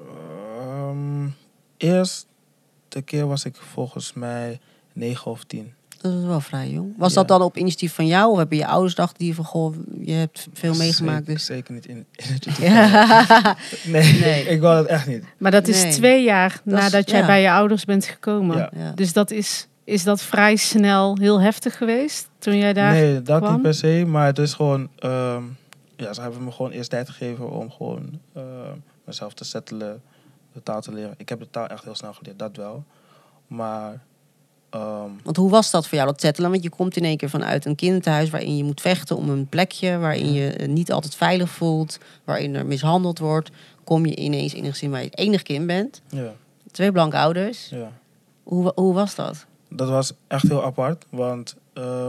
Eerste keer was ik volgens mij 9 of 10. Dat is wel vrij jong. Was Ja. dat dan op initiatief van jou? Of hebben je ouders dachten die van, goh, je hebt veel meegemaakt. Dus... Zeker niet in Ja. nee, ik wou dat echt niet. Maar dat is Nee. 2 jaar Dat is- nadat jij ja. bij je ouders bent gekomen. Ja. Ja. Dus dat is dat vrij snel heel heftig geweest toen jij daar Nee, dat kwam? niet per se. Maar het is gewoon... ze hebben me gewoon eerst tijd gegeven om gewoon mezelf te settelen. De taal te leren. Ik heb de taal echt heel snel geleerd, dat wel. Maar... Want hoe was dat voor jou, dat settelen? Want je komt in één keer vanuit een kinderthuis waarin je moet vechten om een plekje, waarin je niet altijd veilig voelt, waarin er mishandeld wordt. Kom je ineens in een gezin waar je het enig kind bent. ja, 2 blanke ouders. ja. Hoe was dat? Dat was echt heel apart. Want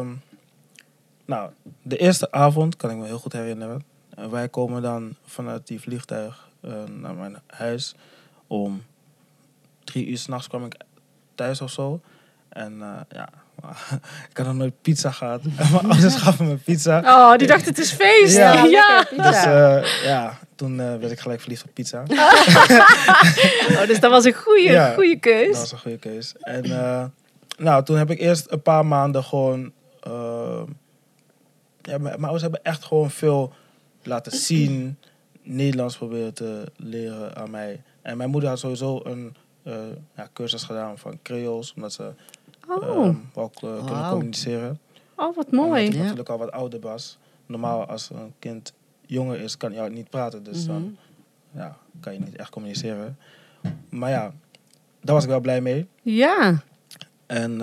de eerste avond kan ik me heel goed herinneren. Wij komen dan vanuit die vliegtuig naar mijn huis. Om 3 uur 's nachts kwam ik thuis of zo. En ik had nog nooit pizza gehad. En mijn ouders gaven me pizza. Oh, die dacht het is feest. Ja. Ja. Dus toen werd ik gelijk verliefd op pizza. Dus dat was een goede keus. Dat was een goede keus. En toen heb ik eerst een paar maanden gewoon... mijn ouders hebben echt gewoon veel laten zien. Nederlands proberen te leren aan mij. En mijn moeder had sowieso een cursus gedaan van Creools. Omdat ze wel kunnen Wauw. communiceren. Oh, wat Omdat mooi. ik Ja. natuurlijk al wat ouder was. Normaal als een kind jonger is, kan je niet praten. Dus dan kan je niet echt communiceren. Maar ja, daar was ik wel blij mee. Ja. En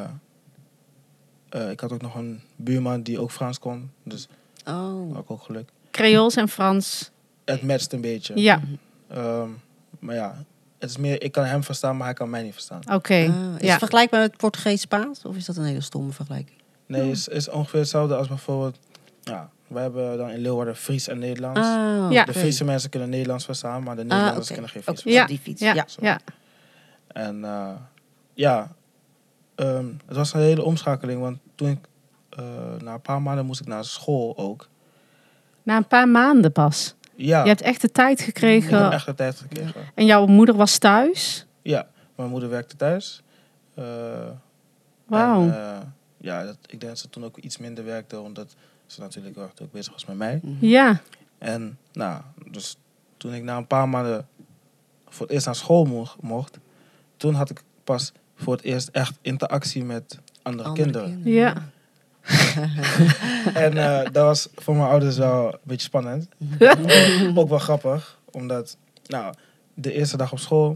ik had ook nog een buurman die ook Frans kon. Dus Oh. had ik ook geluk. Creools en Frans. Het matcht een beetje. Ja, Maar ja, het is meer, ik kan hem verstaan, maar hij kan mij niet verstaan. oké. Is Ja. het vergelijkbaar met Portugees-Spaans? Of is dat een hele stomme vergelijking? Nee, het is ongeveer hetzelfde als bijvoorbeeld... Ja, wij hebben dan in Leeuwarden Fries en Nederlands. Ah, Ja. De Friese mensen kunnen Nederlands verstaan, maar de Nederlanders oké. kunnen geen Ook Fries Ja. op die fiets. Ja. Ja. Ja. En het was een hele omschakeling, want toen ik... na een paar maanden moest ik naar school ook. Na een paar maanden pas. Ja, Je hebt echt de tijd ik gekregen. heb echt de tijd gekregen. En jouw moeder was thuis. Ja, mijn moeder werkte thuis. Wauw. En, ik denk dat ze toen ook iets minder werkte, omdat ze natuurlijk wel ook bezig was met mij. Ja. En dus toen ik na een paar maanden voor het eerst naar school mocht, toen had ik pas voor het eerst echt interactie met andere kinderen. Ja. En dat was voor mijn ouders wel een beetje spannend. Ook wel grappig, omdat de eerste dag op school,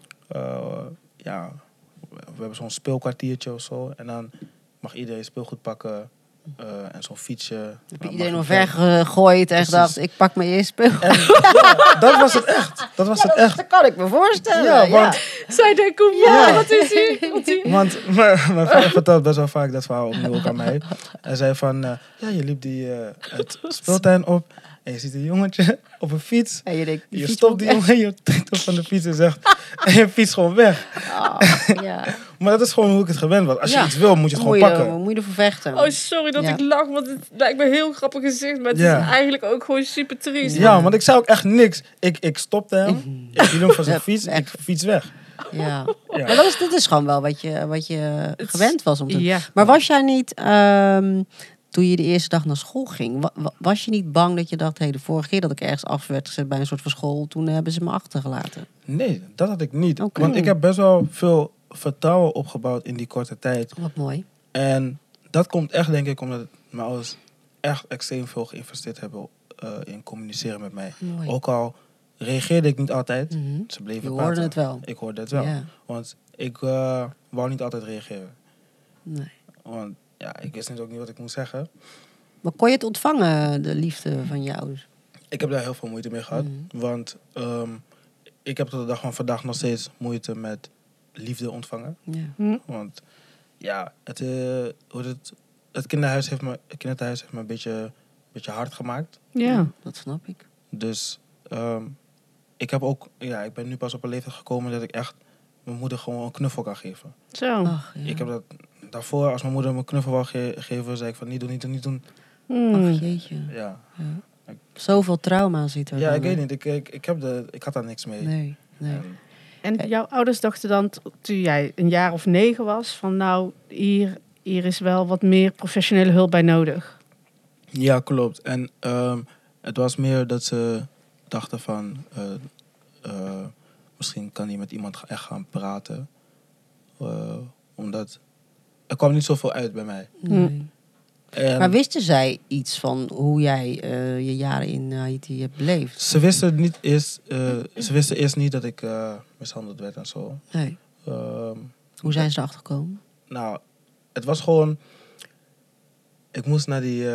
we hebben zo'n speelkwartiertje of zo. En dan mag iedereen speelgoed pakken en zo'n fietsje. Heb je Dan iedereen mag nog je weggegooid en Precies. gedacht, ik pak mijn eerste speel. En, dat was het echt. Dat was het echt. Dat kan ik me voorstellen. Ja, want, Zij denkt, kom Ja. wat is hier? want mijn vader vertelt best wel vaak dat verhaal opnieuw ook aan mij. Hij zei van, je liep het speeltuin op En je ziet een jongetje op een fiets. En je denkt, Je stopt die jongen, je trekt hem van de fiets en zegt... en je fiets gewoon weg. Ja. Maar dat is gewoon hoe ik het gewend was. Als je Ja. iets wil, moet je het gewoon pakken. Moet je ervoor vechten. Oh, sorry dat Ja. ik lach, want het lijkt me een heel grappig gezicht. Maar het Ja. is eigenlijk ook gewoon super triest. Ja, want ik zei ook echt niks. Ik stopte hem, ik viel hem van zijn Ja, fiets, echt. ik fiets weg. Ja. Ja. Maar dat is gewoon wel wat je gewend was om te doen. Ja. Maar was jij niet, toen je de eerste dag naar school ging, was je niet bang dat je dacht, de vorige keer dat ik ergens af werd gezet bij een soort van school, toen hebben ze me achtergelaten? Nee, dat had ik niet. Oké. Want ik heb best wel veel vertrouwen opgebouwd in die korte tijd. Wat mooi. En dat komt echt, denk ik, omdat mijn ouders echt extreem veel geïnvesteerd hebben in communiceren met mij. Mooi. Ook al reageerde ik niet altijd, Mhm. ze bleven Je praten. hoorde het wel. Ik hoorde het wel. Ja. Want ik wou niet altijd reageren. Nee. Want ja, ik wist ook niet wat ik moest zeggen. Maar kon je het ontvangen, de liefde van je ouders? Ik heb daar heel veel moeite mee gehad. Mhm. Want ik heb tot de dag van vandaag nog steeds moeite met liefde ontvangen. Ja. Want ja, het kinderhuis heeft me een beetje hard gemaakt. Ja. Dat snap ik. Dus ik ben nu pas op een leeftijd gekomen dat ik echt mijn moeder gewoon een knuffel kan geven. Zo. Ach, ja. Ik heb dat daarvoor, als mijn moeder me een knuffel wou geven, zei ik van niet doen. Hmm. Ach, jeetje. Ja, Zoveel trauma zit er ja dan, ik weet hè? niet. Ik had daar niks mee. Nee. En En jouw ouders dachten dan, toen jij een jaar of 9 was, van nou, hier is wel wat meer professionele hulp bij nodig. ja, klopt. En het was meer dat ze dachten van... misschien kan hij met iemand echt gaan praten. Omdat... Er kwam niet zoveel uit bij mij. Nee. En Maar wisten zij iets van hoe jij je jaren in Haiti hebt beleefd? ze wisten eerst niet dat ik mishandeld werd en zo. Nee. Ehm, Hoe zijn ze erachter gekomen? Nou, het was gewoon... Ik moest naar die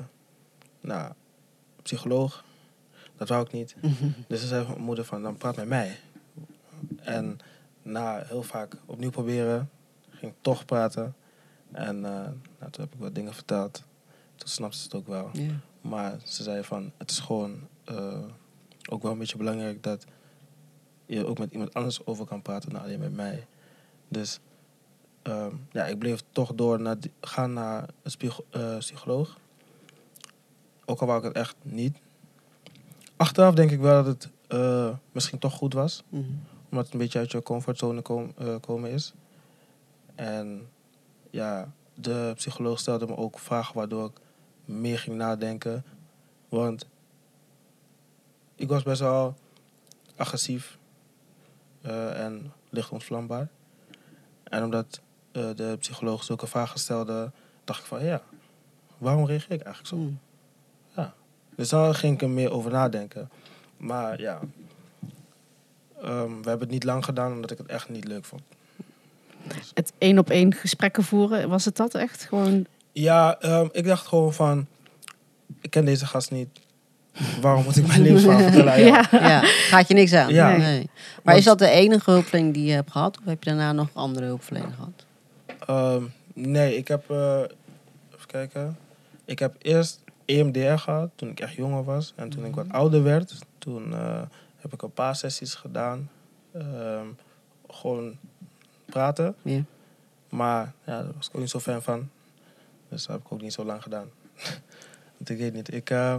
psycholoog. Dat wou ik niet. Dus toen zei mijn moeder van, dan praat met mij. En na heel vaak opnieuw proberen, ging ik toch praten. En toen heb ik wat dingen verteld. Toen snapte ze het ook wel. Ja. Maar ze zei van, het is gewoon ook wel een beetje belangrijk dat je ook met iemand anders over kan praten dan alleen met mij. Dus ik bleef toch gaan naar een psycholoog. Ook al wou ik het echt niet. Achteraf denk ik wel dat het misschien toch goed was. Mhm. Omdat het een beetje uit je comfortzone komen is. En ja, de psycholoog stelde me ook vragen waardoor ik meer ging nadenken. Want ik was best wel agressief en licht ontvlambaar. En omdat de psycholoog zulke vragen stelde, dacht ik van ja, waarom reageer ik eigenlijk zo? Mm. Ja. Dus dan ging ik er meer over nadenken. Maar ja, we hebben het niet lang gedaan omdat ik het echt niet leuk vond. Het 1-op-1 gesprekken voeren, was het dat echt? Gewoon... Ja, ik dacht gewoon van, ik ken deze gast niet. Waarom moet ik mijn levensverhaal vertellen aan jou? Ja. Ja, gaat je niks aan. Ja. Nee. Maar Want- is dat de enige hulpverlening die je hebt gehad? Of heb je daarna nog andere hulpverlening gehad? Nee, ik heb... even kijken. Ik heb eerst EMDR gehad toen ik echt jonger was. En toen ik wat ouder werd, toen heb ik een paar sessies gedaan. Gewoon praten. Ja. Maar ja, daar was ik ook niet zo fan van. Dus dat heb ik ook niet zo lang gedaan. Want ik weet niet.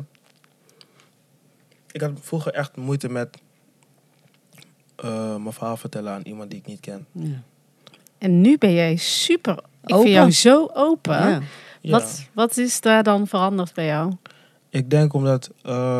Ik had vroeger echt moeite met mijn verhaal vertellen aan iemand die ik niet ken. Ja. En nu ben jij super... Ik Open. vind jou zo open. Ja. Ja. Wat is daar dan veranderd bij jou? Ik denk omdat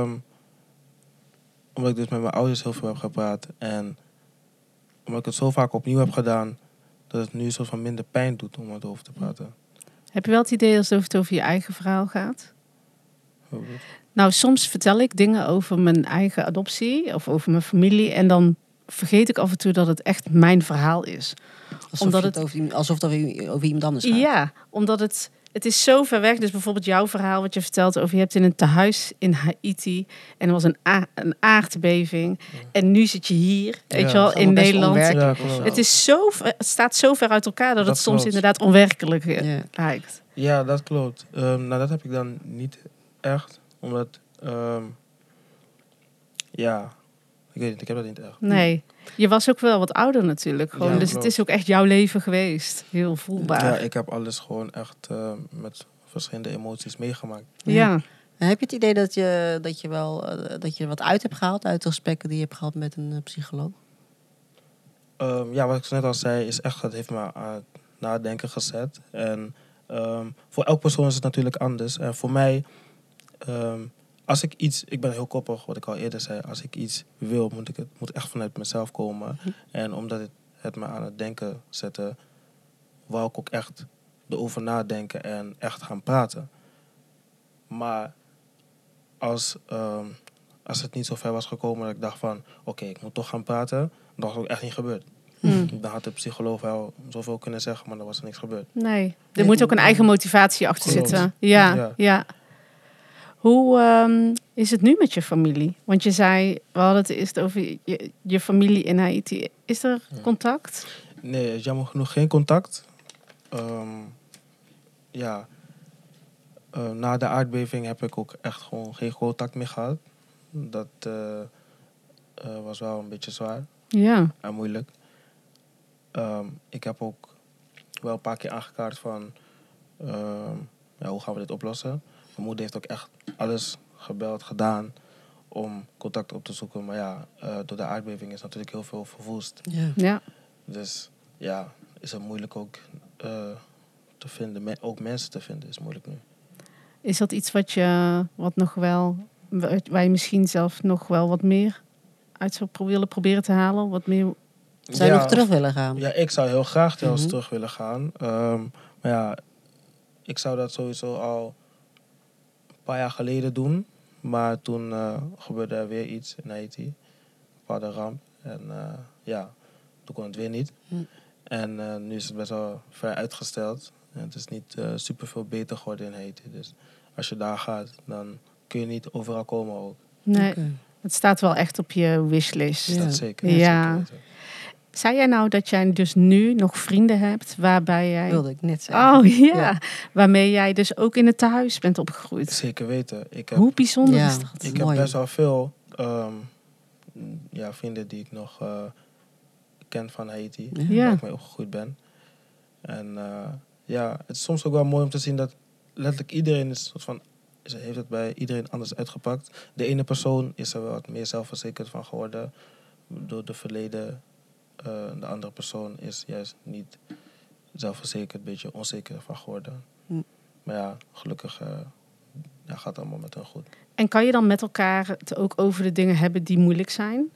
ik dus met mijn ouders heel veel heb gepraat. En omdat ik het zo vaak opnieuw heb gedaan, dat het nu een soort van minder pijn doet om erover te praten. Heb je wel het idee alsof het over je eigen verhaal gaat? Hoe bedoel je? Nou, soms vertel ik dingen over mijn eigen adoptie of over mijn familie. En dan vergeet ik af en toe dat het echt mijn verhaal is. Omdat het alsof het over iemand anders gaat. Ja, omdat het is zo ver weg. Dus bijvoorbeeld jouw verhaal wat je vertelt over... je hebt in een tehuis in Haiti en er was een aardbeving. En nu zit je hier, weet je wel, dat is in allemaal best Nederland. onwerkelijk Ja, of klopt. zo. Het staat zo ver uit elkaar dat het Dat soms klopt. inderdaad onwerkelijk Ja. lijkt. Ja, dat klopt. Nou, dat heb ik dan niet echt. Omdat Ja, ik weet niet, ik heb dat niet echt. Nee. Je was ook wel wat ouder natuurlijk. Gewoon. Ja, Dus klopt. het is ook echt jouw leven geweest. Heel voelbaar. Ja, ik heb alles gewoon echt met verschillende emoties meegemaakt. Ja. En heb je het idee dat je er wat uit hebt gehaald uit de gesprekken die je hebt gehad met een psycholoog? Ja, wat ik net al zei, is echt, het heeft me aan het nadenken gezet. En voor elke persoon is het natuurlijk anders. En voor mij, als ik iets, ik ben heel koppig, wat ik al eerder zei. Als ik iets wil, moet echt vanuit mezelf komen. En omdat het me aan het denken zette, wou ik ook echt erover nadenken en echt gaan praten. Maar als het niet zo ver was gekomen dat ik dacht van, oké, ik moet toch gaan praten, dan was het ook echt niet gebeurd. Dan had de psycholoog wel zoveel kunnen zeggen, maar dan was er niks gebeurd. Nee. Er moet ook een eigen motivatie achter Klopt. zitten. Ja. Ja. Hoe is het nu met je familie? Want je zei, we hadden het eerst over je familie in Haiti. Is er contact? Nee, jammer genoeg geen contact. Na de aardbeving heb ik ook echt gewoon geen contact meer gehad. Dat was wel een beetje zwaar Ja. en moeilijk. Ik heb ook wel een paar keer aangekaart van, hoe gaan we dit oplossen? Mijn moeder heeft ook echt alles gebeld, gedaan om contact op te zoeken. Maar ja, door de aardbeving is natuurlijk heel veel verwoest. Ja. Dus ja, is het moeilijk ook te vinden. Ook mensen te vinden is moeilijk nu. Is dat iets wat nog wel, waar je misschien zelf nog wel wat meer uit zou willen proberen te halen? Wat meer. Zou je nog terug willen gaan? Ja, ik zou heel graag zelfs terug willen gaan. Maar ja, ik zou dat sowieso al een paar jaar geleden doen. Maar toen gebeurde er weer iets in Haiti. Een bepaalde ramp. En toen kon het weer niet. En nu is het best wel ver uitgesteld. En het is niet super veel beter geworden in Haiti. Dus als je daar gaat, dan kun je niet overal komen ook. Nee, Oké. het staat wel echt op je wishlist. Ja. Dat zeker. Ja. Zeker weten. Zei jij nou dat jij dus nu nog vrienden hebt waarbij jij... Wilde ik net zeggen. Oh ja. Ja. waarmee jij dus ook in het tehuis bent opgegroeid. Zeker weten. Ik heb Hoe bijzonder Ja. is dat? Ik heb Mooi. best wel veel vrienden die ik nog ken van Haiti. Ja. Waar ik mee opgegroeid ben. En het is soms ook wel mooi om te zien dat letterlijk iedereen heeft het bij iedereen anders uitgepakt. De ene persoon is er wel wat meer zelfverzekerd van geworden door de verleden. De andere persoon is juist niet zelfverzekerd, een beetje onzeker van geworden. Maar ja, gelukkig gaat het allemaal met hen goed. En kan je dan met elkaar het ook over de dingen hebben die moeilijk zijn?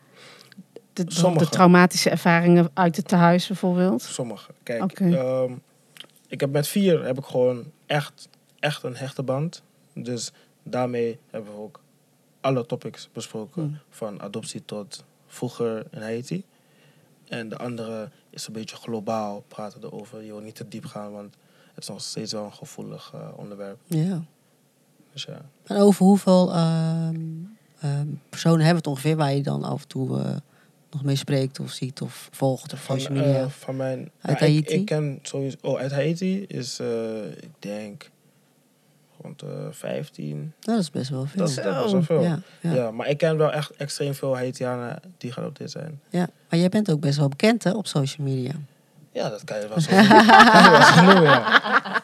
De Sommige. traumatische ervaringen uit het tehuis bijvoorbeeld? Sommige. Kijk, Oké. ik heb met 4 heb ik gewoon echt een hechte band. Dus daarmee hebben we ook alle topics besproken. Van adoptie tot vroeger in Haiti. En de andere is een beetje globaal praten erover. Je wil niet te diep gaan, want het is nog steeds wel een gevoelig onderwerp. Ja. Dus ja. En over hoeveel personen hebben we het ongeveer waar je dan af en toe nog mee spreekt of ziet of volgt op social media? Van mijn... Uit ja, Haiti? Ik ken sowieso... uit Haiti is, ik denk, rond 15. Nou, dat is best wel veel. Dat is best wel veel. Ja, ja. Ja, maar ik ken wel echt extreem veel Haitianen die geadopteerd zijn. Ja. Maar jij bent ook best wel bekend hè, op social media. Ja, dat kan je wel zo noemen. Ja.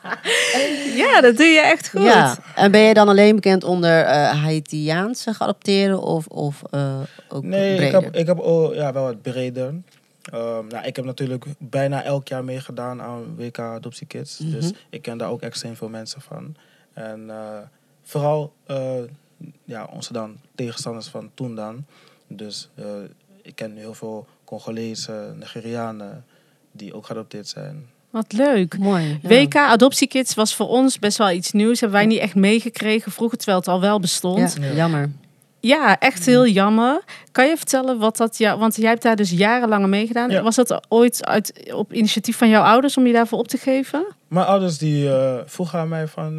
Ja, dat doe je echt goed. Ja. En ben je dan alleen bekend onder Haitiaanse geadopteerden of ook Nee, breder? ik heb wel wat breder. Ik heb natuurlijk bijna elk jaar meegedaan aan WK Adoptie Kids. Dus ik ken daar ook extreem veel mensen van. En vooral onze dan tegenstanders van toen dan. Dus ik ken heel veel Congolezen, Nigerianen die ook geadopteerd zijn. Wat leuk. Mooi. Ja. WK Adoptiekids was voor ons best wel iets nieuws. Hebben wij niet echt meegekregen vroeger, terwijl het al wel bestond. Ja, jammer. Ja, echt heel jammer. Kan je vertellen wat dat... want jij hebt daar dus jarenlang aan meegedaan. Ja. Was dat ooit op initiatief van jouw ouders om je daarvoor op te geven? Mijn ouders die vroegen aan mij van...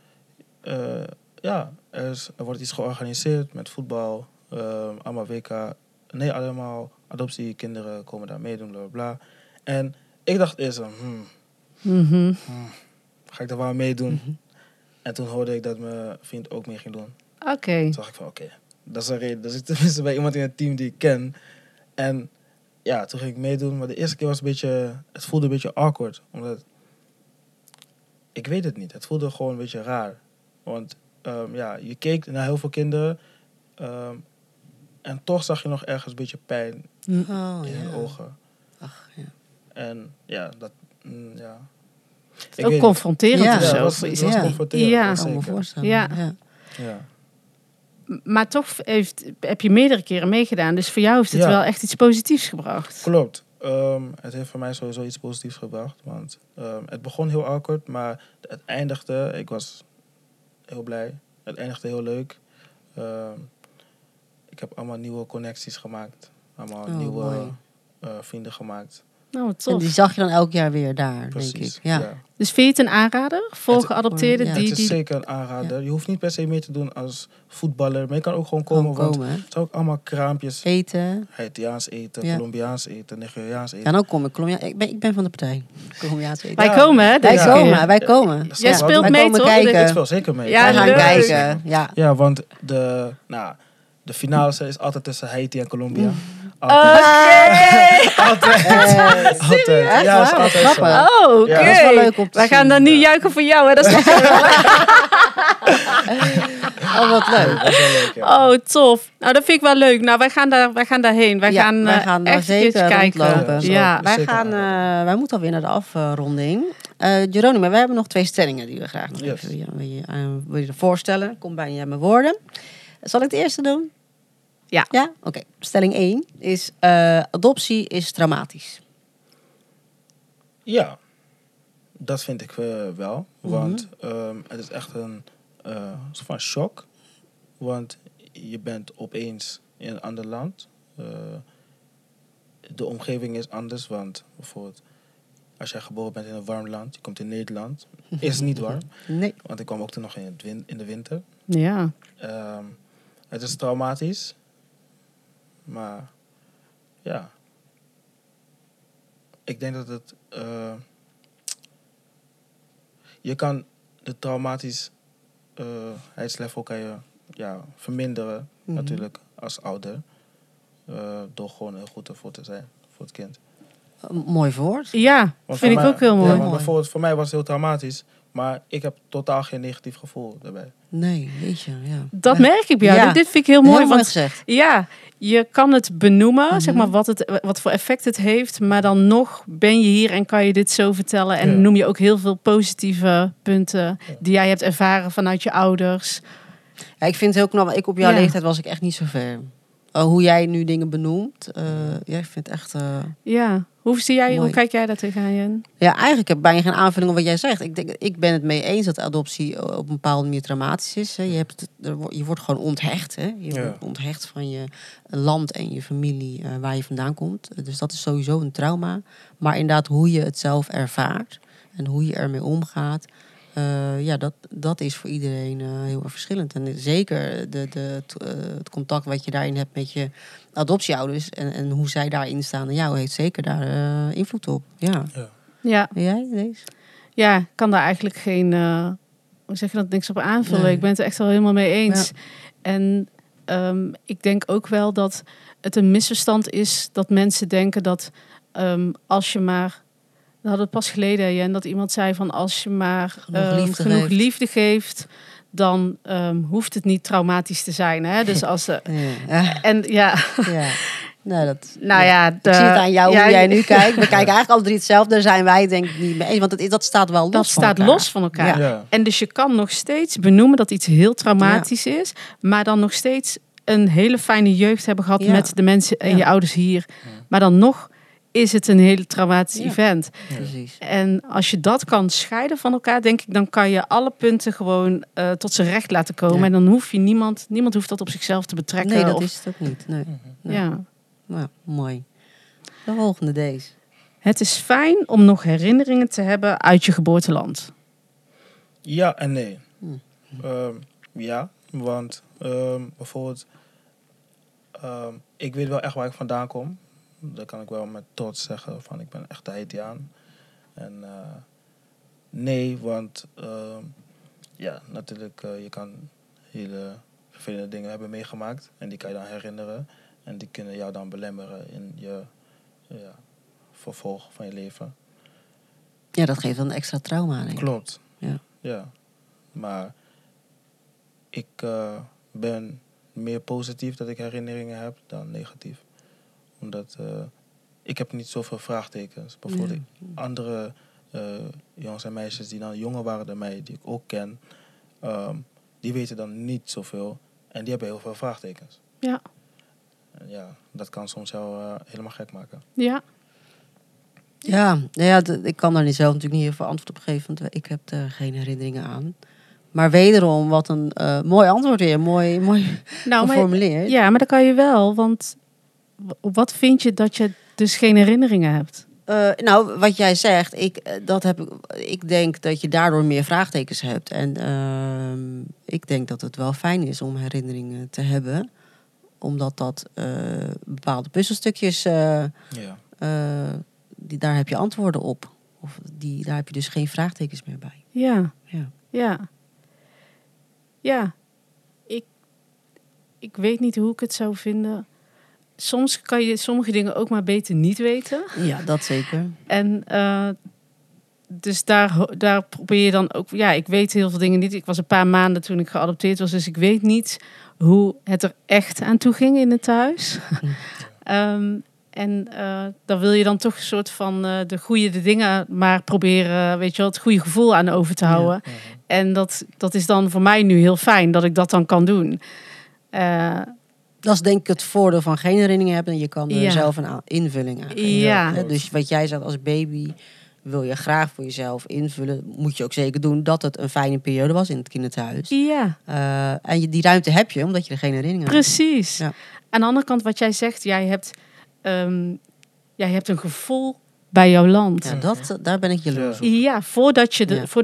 er wordt iets georganiseerd met voetbal. Allemaal WK... Nee, allemaal adoptiekinderen komen daar meedoen, bla bla bla. En ik dacht eerst, ga ik daar wel meedoen? En toen hoorde ik dat mijn vriend ook mee ging doen. Oké. Toen dacht ik van, oké, dat is een reden. Dat is tenminste bij iemand in het team die ik ken. En ja, toen ging ik meedoen. Maar de eerste keer was het voelde een beetje awkward. Omdat, ik weet het niet. Het voelde gewoon een beetje raar. Want je keek naar heel veel kinderen. En toch zag je nog ergens een beetje pijn in hun ogen. Ach, ja. En ja, dat... ja. Ik Ook weet confronterend Ja, of niet. zo. Ja, het was confronterend. Ja. dat Ik kan me zeker. voorstellen. Ja. Ja. Ja. Maar toch heb je meerdere keren meegedaan. Dus voor jou heeft het Ja. wel echt iets positiefs gebracht. Klopt. Het heeft voor mij sowieso iets positiefs gebracht. Want het begon heel awkward, maar het eindigde... Ik was heel blij. Het eindigde heel leuk. Ik heb allemaal nieuwe connecties gemaakt. Allemaal nieuwe mooi. vrienden gemaakt. Nou, wat En tof. die zag je dan elk jaar weer daar, Precies. denk ik. Ja. Dus vind je het een aanrader voor geadopteerden? Ja. die, Het is die... zeker een aanrader. Je hoeft niet per se mee te doen als voetballer. Maar je kan ook gewoon komen. Gewoon Want komen, hè. het zijn ook allemaal kraampjes. Eten. Haitiaans eten, Ja. Colombiaans eten, Nigeriaans eten. Ja, nou kom ik. Ik ben van de partij. Colombiaanse eten. Wij Ja. komen, hè? Wij deze komen, keer. wij komen. Dat Jij is wel speelt doen. Wij mee, komen toch? kijken. Ik speel zeker mee. Ja, Wij gaan leuk. kijken. Ja. Ja, want de finale is altijd tussen Haiti en Colombia. Oké. Altijd. Echt Ja, is waar? altijd Wat zo. grappig. Oh, oké. Ja, dat is wel leuk om te Wij gaan zien. dan nu juichen voor jou, hè? Dat is toch Oh, wat leuk. Dat is wel leuk, ja. Oh, tof. Nou, dat vind ik wel leuk. Nou, wij gaan daarheen. Wij Ja, gaan, wij gaan daar echt een keertje zeker kijken. rondlopen. Ja. Wij, Zeker wij moeten alweer naar de afronding. Geronimo, wij hebben nog 2 stellingen die we graag nog Yes. even wil je voorstellen. Kom bij je met woorden. Zal ik de eerste doen? Ja. Ja? Oké. Stelling 1 is adoptie is traumatisch. Ja, dat vind ik wel. Want het is echt een soort van shock. Want je bent opeens in een ander land. De omgeving is anders. Want bijvoorbeeld, als jij geboren bent in een warm land, je komt in Nederland, is het niet warm. Nee. Want ik kwam ook toen nog in de winter. Ja. Het is traumatisch. Maar ja, ik denk dat het... je kan de traumatischheidslevel kan je verminderen, natuurlijk, als ouder. Door gewoon heel goed ervoor te zijn, voor het kind. Mooi woord. Ja, Want vind voor ik mij- ook heel mooi. Ja, want bijvoorbeeld voor mij was het heel traumatisch, maar ik heb totaal geen negatief gevoel daarbij. Nee, weet je. Ja. Dat merk ik bij jou. Ja. Dit vind ik heel mooi. Heel mooi Want gezegd. ja, je kan het benoemen, zeg maar, wat voor effect het heeft. Maar dan nog ben je hier en kan je dit zo vertellen. En Ja. noem je ook heel veel positieve punten die jij hebt ervaren vanuit je ouders. Ja, ik vind het heel knap. Ik op jouw Ja. leeftijd was ik echt niet zo ver. Hoe jij nu dingen benoemt. Ja, ik vind het echt... Ja. Hoe Mooi. kijk jij daar tegenaan, Jen? Ja, eigenlijk heb ik bijna geen aanvulling op wat jij zegt. Ik ben het mee eens dat adoptie op een bepaalde manier traumatisch is. Hè. Je wordt gewoon onthecht. Hè. Je Ja. wordt onthecht van je land en je familie waar je vandaan komt. Dus dat is sowieso een trauma. Maar inderdaad, hoe je het zelf ervaart en hoe je ermee omgaat. Dat is voor iedereen heel erg verschillend. En zeker het contact wat je daarin hebt met je adoptieouders en hoe zij daarin staan en jou heeft zeker daar invloed op. Ja. Ja. En jij, deze? Ja, ik kan daar eigenlijk geen, hoe zeg je dat, niks op aanvullen. Nee. Ik ben het er echt wel helemaal mee eens. Ja. En ik denk ook wel dat het een misverstand is dat mensen denken dat als je maar... We hadden het pas geleden, Jen, dat iemand zei van als je maar genoeg liefde geeft, dan hoeft het niet traumatisch te zijn. Hè? Dus als Ja. en ja, Ja. Nou, nou ja, ik zie het aan jou hoe jij nu kijkt. We kijken eigenlijk alle drie hetzelfde. Daar zijn wij denk ik niet mee eens. Want dat staat wel los dat van staat elkaar. los van elkaar. Ja. Ja. En dus je kan nog steeds benoemen dat iets heel traumatisch is, maar dan nog steeds een hele fijne jeugd hebben gehad Ja. met de mensen en Ja. je ouders hier. Maar dan nog is het een hele traumatisch event. Precies. En als je dat kan scheiden van elkaar, denk ik, dan kan je alle punten gewoon tot zijn recht laten komen. Ja. En dan hoef je niemand hoeft dat op zichzelf te betrekken. Nee, dat of, is het ook niet. Nee. Nee. Ja. Nou, mooi. De volgende deze. Het is fijn om nog herinneringen te hebben uit je geboorteland. Ja en nee. Ja, want bijvoorbeeld, ik weet wel echt waar ik vandaan kom. Dat kan ik wel met trots zeggen, van ik ben echt Haitiaan. En nee, want natuurlijk, je kan hele vervelende dingen hebben meegemaakt. En die kan je dan herinneren. En die kunnen jou dan belemmeren in je vervolg van je leven. Ja, dat geeft dan een extra trauma, denk ik. Klopt. Ja. Ja. Maar ik ben meer positief dat ik herinneringen heb dan negatief. Omdat ik heb niet zoveel vraagtekens. Bijvoorbeeld andere jongens en meisjes die dan jonger waren dan mij, die ik ook ken, die weten dan niet zoveel. En die hebben heel veel vraagtekens. Ja. En ja, dat kan soms jou helemaal gek maken. Ja. Ja, ik kan daar zelf natuurlijk niet even antwoord op geven, want ik heb er geen herinneringen aan. Maar wederom, wat een mooi antwoord weer. Mooi geformuleerd. Ja, maar dat kan je wel. Want wat vind je dat je dus geen herinneringen hebt? Nou, wat jij zegt, ik denk dat je daardoor meer vraagtekens hebt. En ik denk dat het wel fijn is om herinneringen te hebben. Omdat dat bepaalde puzzelstukjes, daar heb je antwoorden op. Of daar heb je dus geen vraagtekens meer bij. Ja. Ik weet niet hoe ik het zou vinden. Soms kan je sommige dingen ook maar beter niet weten. Ja, dat zeker. En dus daar probeer je dan ook... Ja, ik weet heel veel dingen niet. Ik was een paar maanden toen ik geadopteerd was. Dus ik weet niet hoe het er echt aan toe ging in het thuis. Daar wil je dan toch een soort van de goede dingen maar proberen... Weet je wel, het goede gevoel aan over te houden. Ja. En dat is dan voor mij nu heel fijn dat ik dat dan kan doen. Dat is denk ik het voordeel van geen herinneringen hebben. Je kan er zelf een invulling aan geven. Ja. Dus wat jij zegt als baby, wil je graag voor jezelf invullen. Moet je ook zeker doen dat het een fijne periode was in het kinderthuis. Ja. En die ruimte heb je, omdat je er geen herinneringen hebt. Precies. Ja. Aan de andere kant, wat jij zegt, jij hebt een gevoel bij jouw land. Ja, daar ben ik jaloers op. Ja, voordat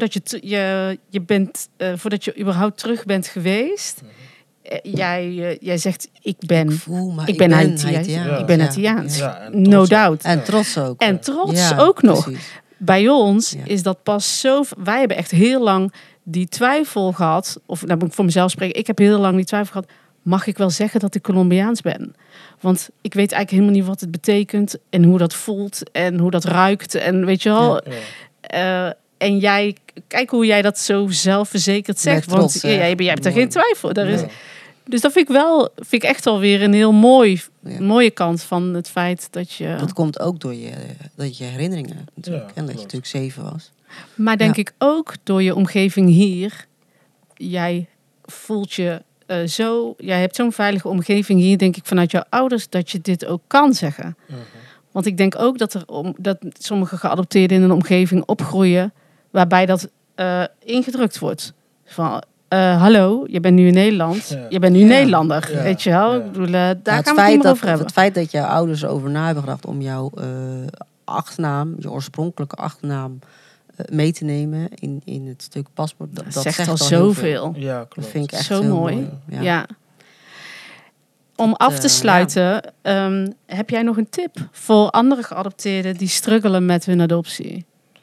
je überhaupt terug bent geweest... Jij zegt, ik ben Haitiaans. Ja, no doubt. En trots ook. En trots ook nog. Precies. Bij ons is dat pas zo... Wij hebben echt heel lang die twijfel gehad. Of nou moet ik voor mezelf spreken. Ik heb heel lang die twijfel gehad. Mag ik wel zeggen dat ik Colombiaans ben? Want ik weet eigenlijk helemaal niet wat het betekent. En hoe dat voelt. En hoe dat ruikt. En weet je wel... En jij, kijk hoe jij dat zo zelfverzekerd zegt. Met trots, want jij hebt er geen twijfel. Dus dat vind ik echt wel weer een heel mooie kant van het feit dat je... Dat komt ook door dat je herinneringen hebt natuurlijk. En dat je natuurlijk 7 was. Maar denk ik ook door je omgeving hier. Jij voelt je zo... Jij hebt zo'n veilige omgeving hier, denk ik, vanuit jouw ouders... dat je dit ook kan zeggen. Want ik denk ook dat sommige geadopteerden in een omgeving opgroeien... waarbij dat ingedrukt wordt. Van, hallo, je bent nu in Nederland. Ja. Je bent nu Nederlander, weet je wel. Ja. Ik bedoel, daar gaan we het niet meer over hebben. Het feit dat jouw ouders erover na hebben gedacht... om jouw achternaam, je oorspronkelijke achternaam... mee te nemen in het stuk paspoort. Dat zegt al zoveel. Ja, klopt. Dat vind ik echt zo mooi. Ja. Om af te sluiten, heb jij nog een tip voor andere geadopteerden die struggelen met hun adoptie?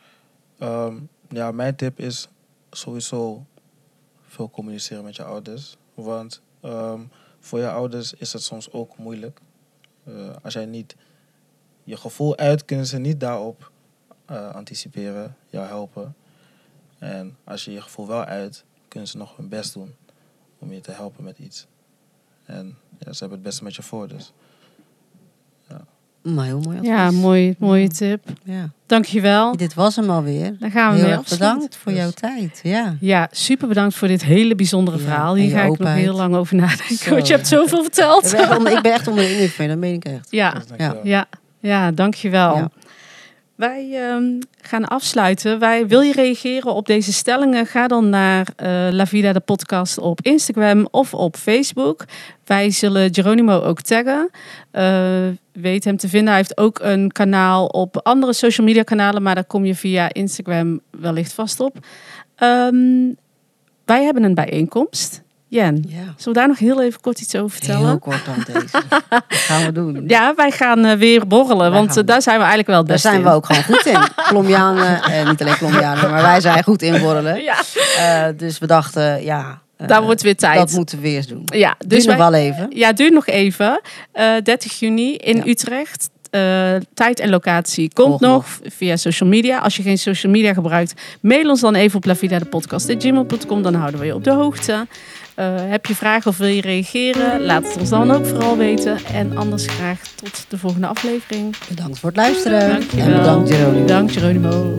Mijn tip is sowieso veel communiceren met je ouders. Want voor je ouders is het soms ook moeilijk. Als jij niet je gevoel uit, kunnen ze niet daarop anticiperen, jou helpen. En als je je gevoel wel uit, kunnen ze nog hun best doen om je te helpen met iets. En ze hebben het beste met je voor, dus. Maar heel mooi advies. Ja, mooie tip. Ja. Dankjewel. Dit was hem alweer. Dan gaan we heel mee erg bedankt voor jouw tijd. Ja, super bedankt voor dit hele bijzondere verhaal. Hier ga ik nog heel lang over nadenken. Want je hebt zoveel verteld. Ik ben echt onder de indruk van je, dat meen ik echt. Ja, dankjewel. Ja. Wij gaan afsluiten. Wil je reageren op deze stellingen? Ga dan naar La Vida de podcast op Instagram of op Facebook. Wij zullen Geronimo ook taggen. Weet hem te vinden. Hij heeft ook een kanaal op andere social media kanalen, maar daar kom je via Instagram wellicht vast op. Wij hebben een bijeenkomst. Jen, zullen we daar nog heel even kort iets over vertellen? Heel kort dan deze. Dat gaan we doen. Ja, wij gaan weer borrelen, want daar zijn we eigenlijk wel het beste in. Daar zijn we ook gewoon goed in. Colombianen, niet alleen Colombianen, maar wij zijn goed in borrelen. Ja. Dus we dachten, Daar wordt weer tijd. Dat moeten we weer eens doen. Ja, Dus nog wel even. Ja, duurt nog even. 30 juni in Utrecht. Tijd en locatie komt nog via social media. Als je geen social media gebruikt, mail ons dan even op lavidadepodcast@gmail.com. Dan houden we je op de hoogte. Heb je vragen of wil je reageren? Laat het ons dan ook vooral weten. En anders graag tot de volgende aflevering. Bedankt voor het luisteren. Dankjewel. En bedankt Geronimo. Bedankt Geronimo.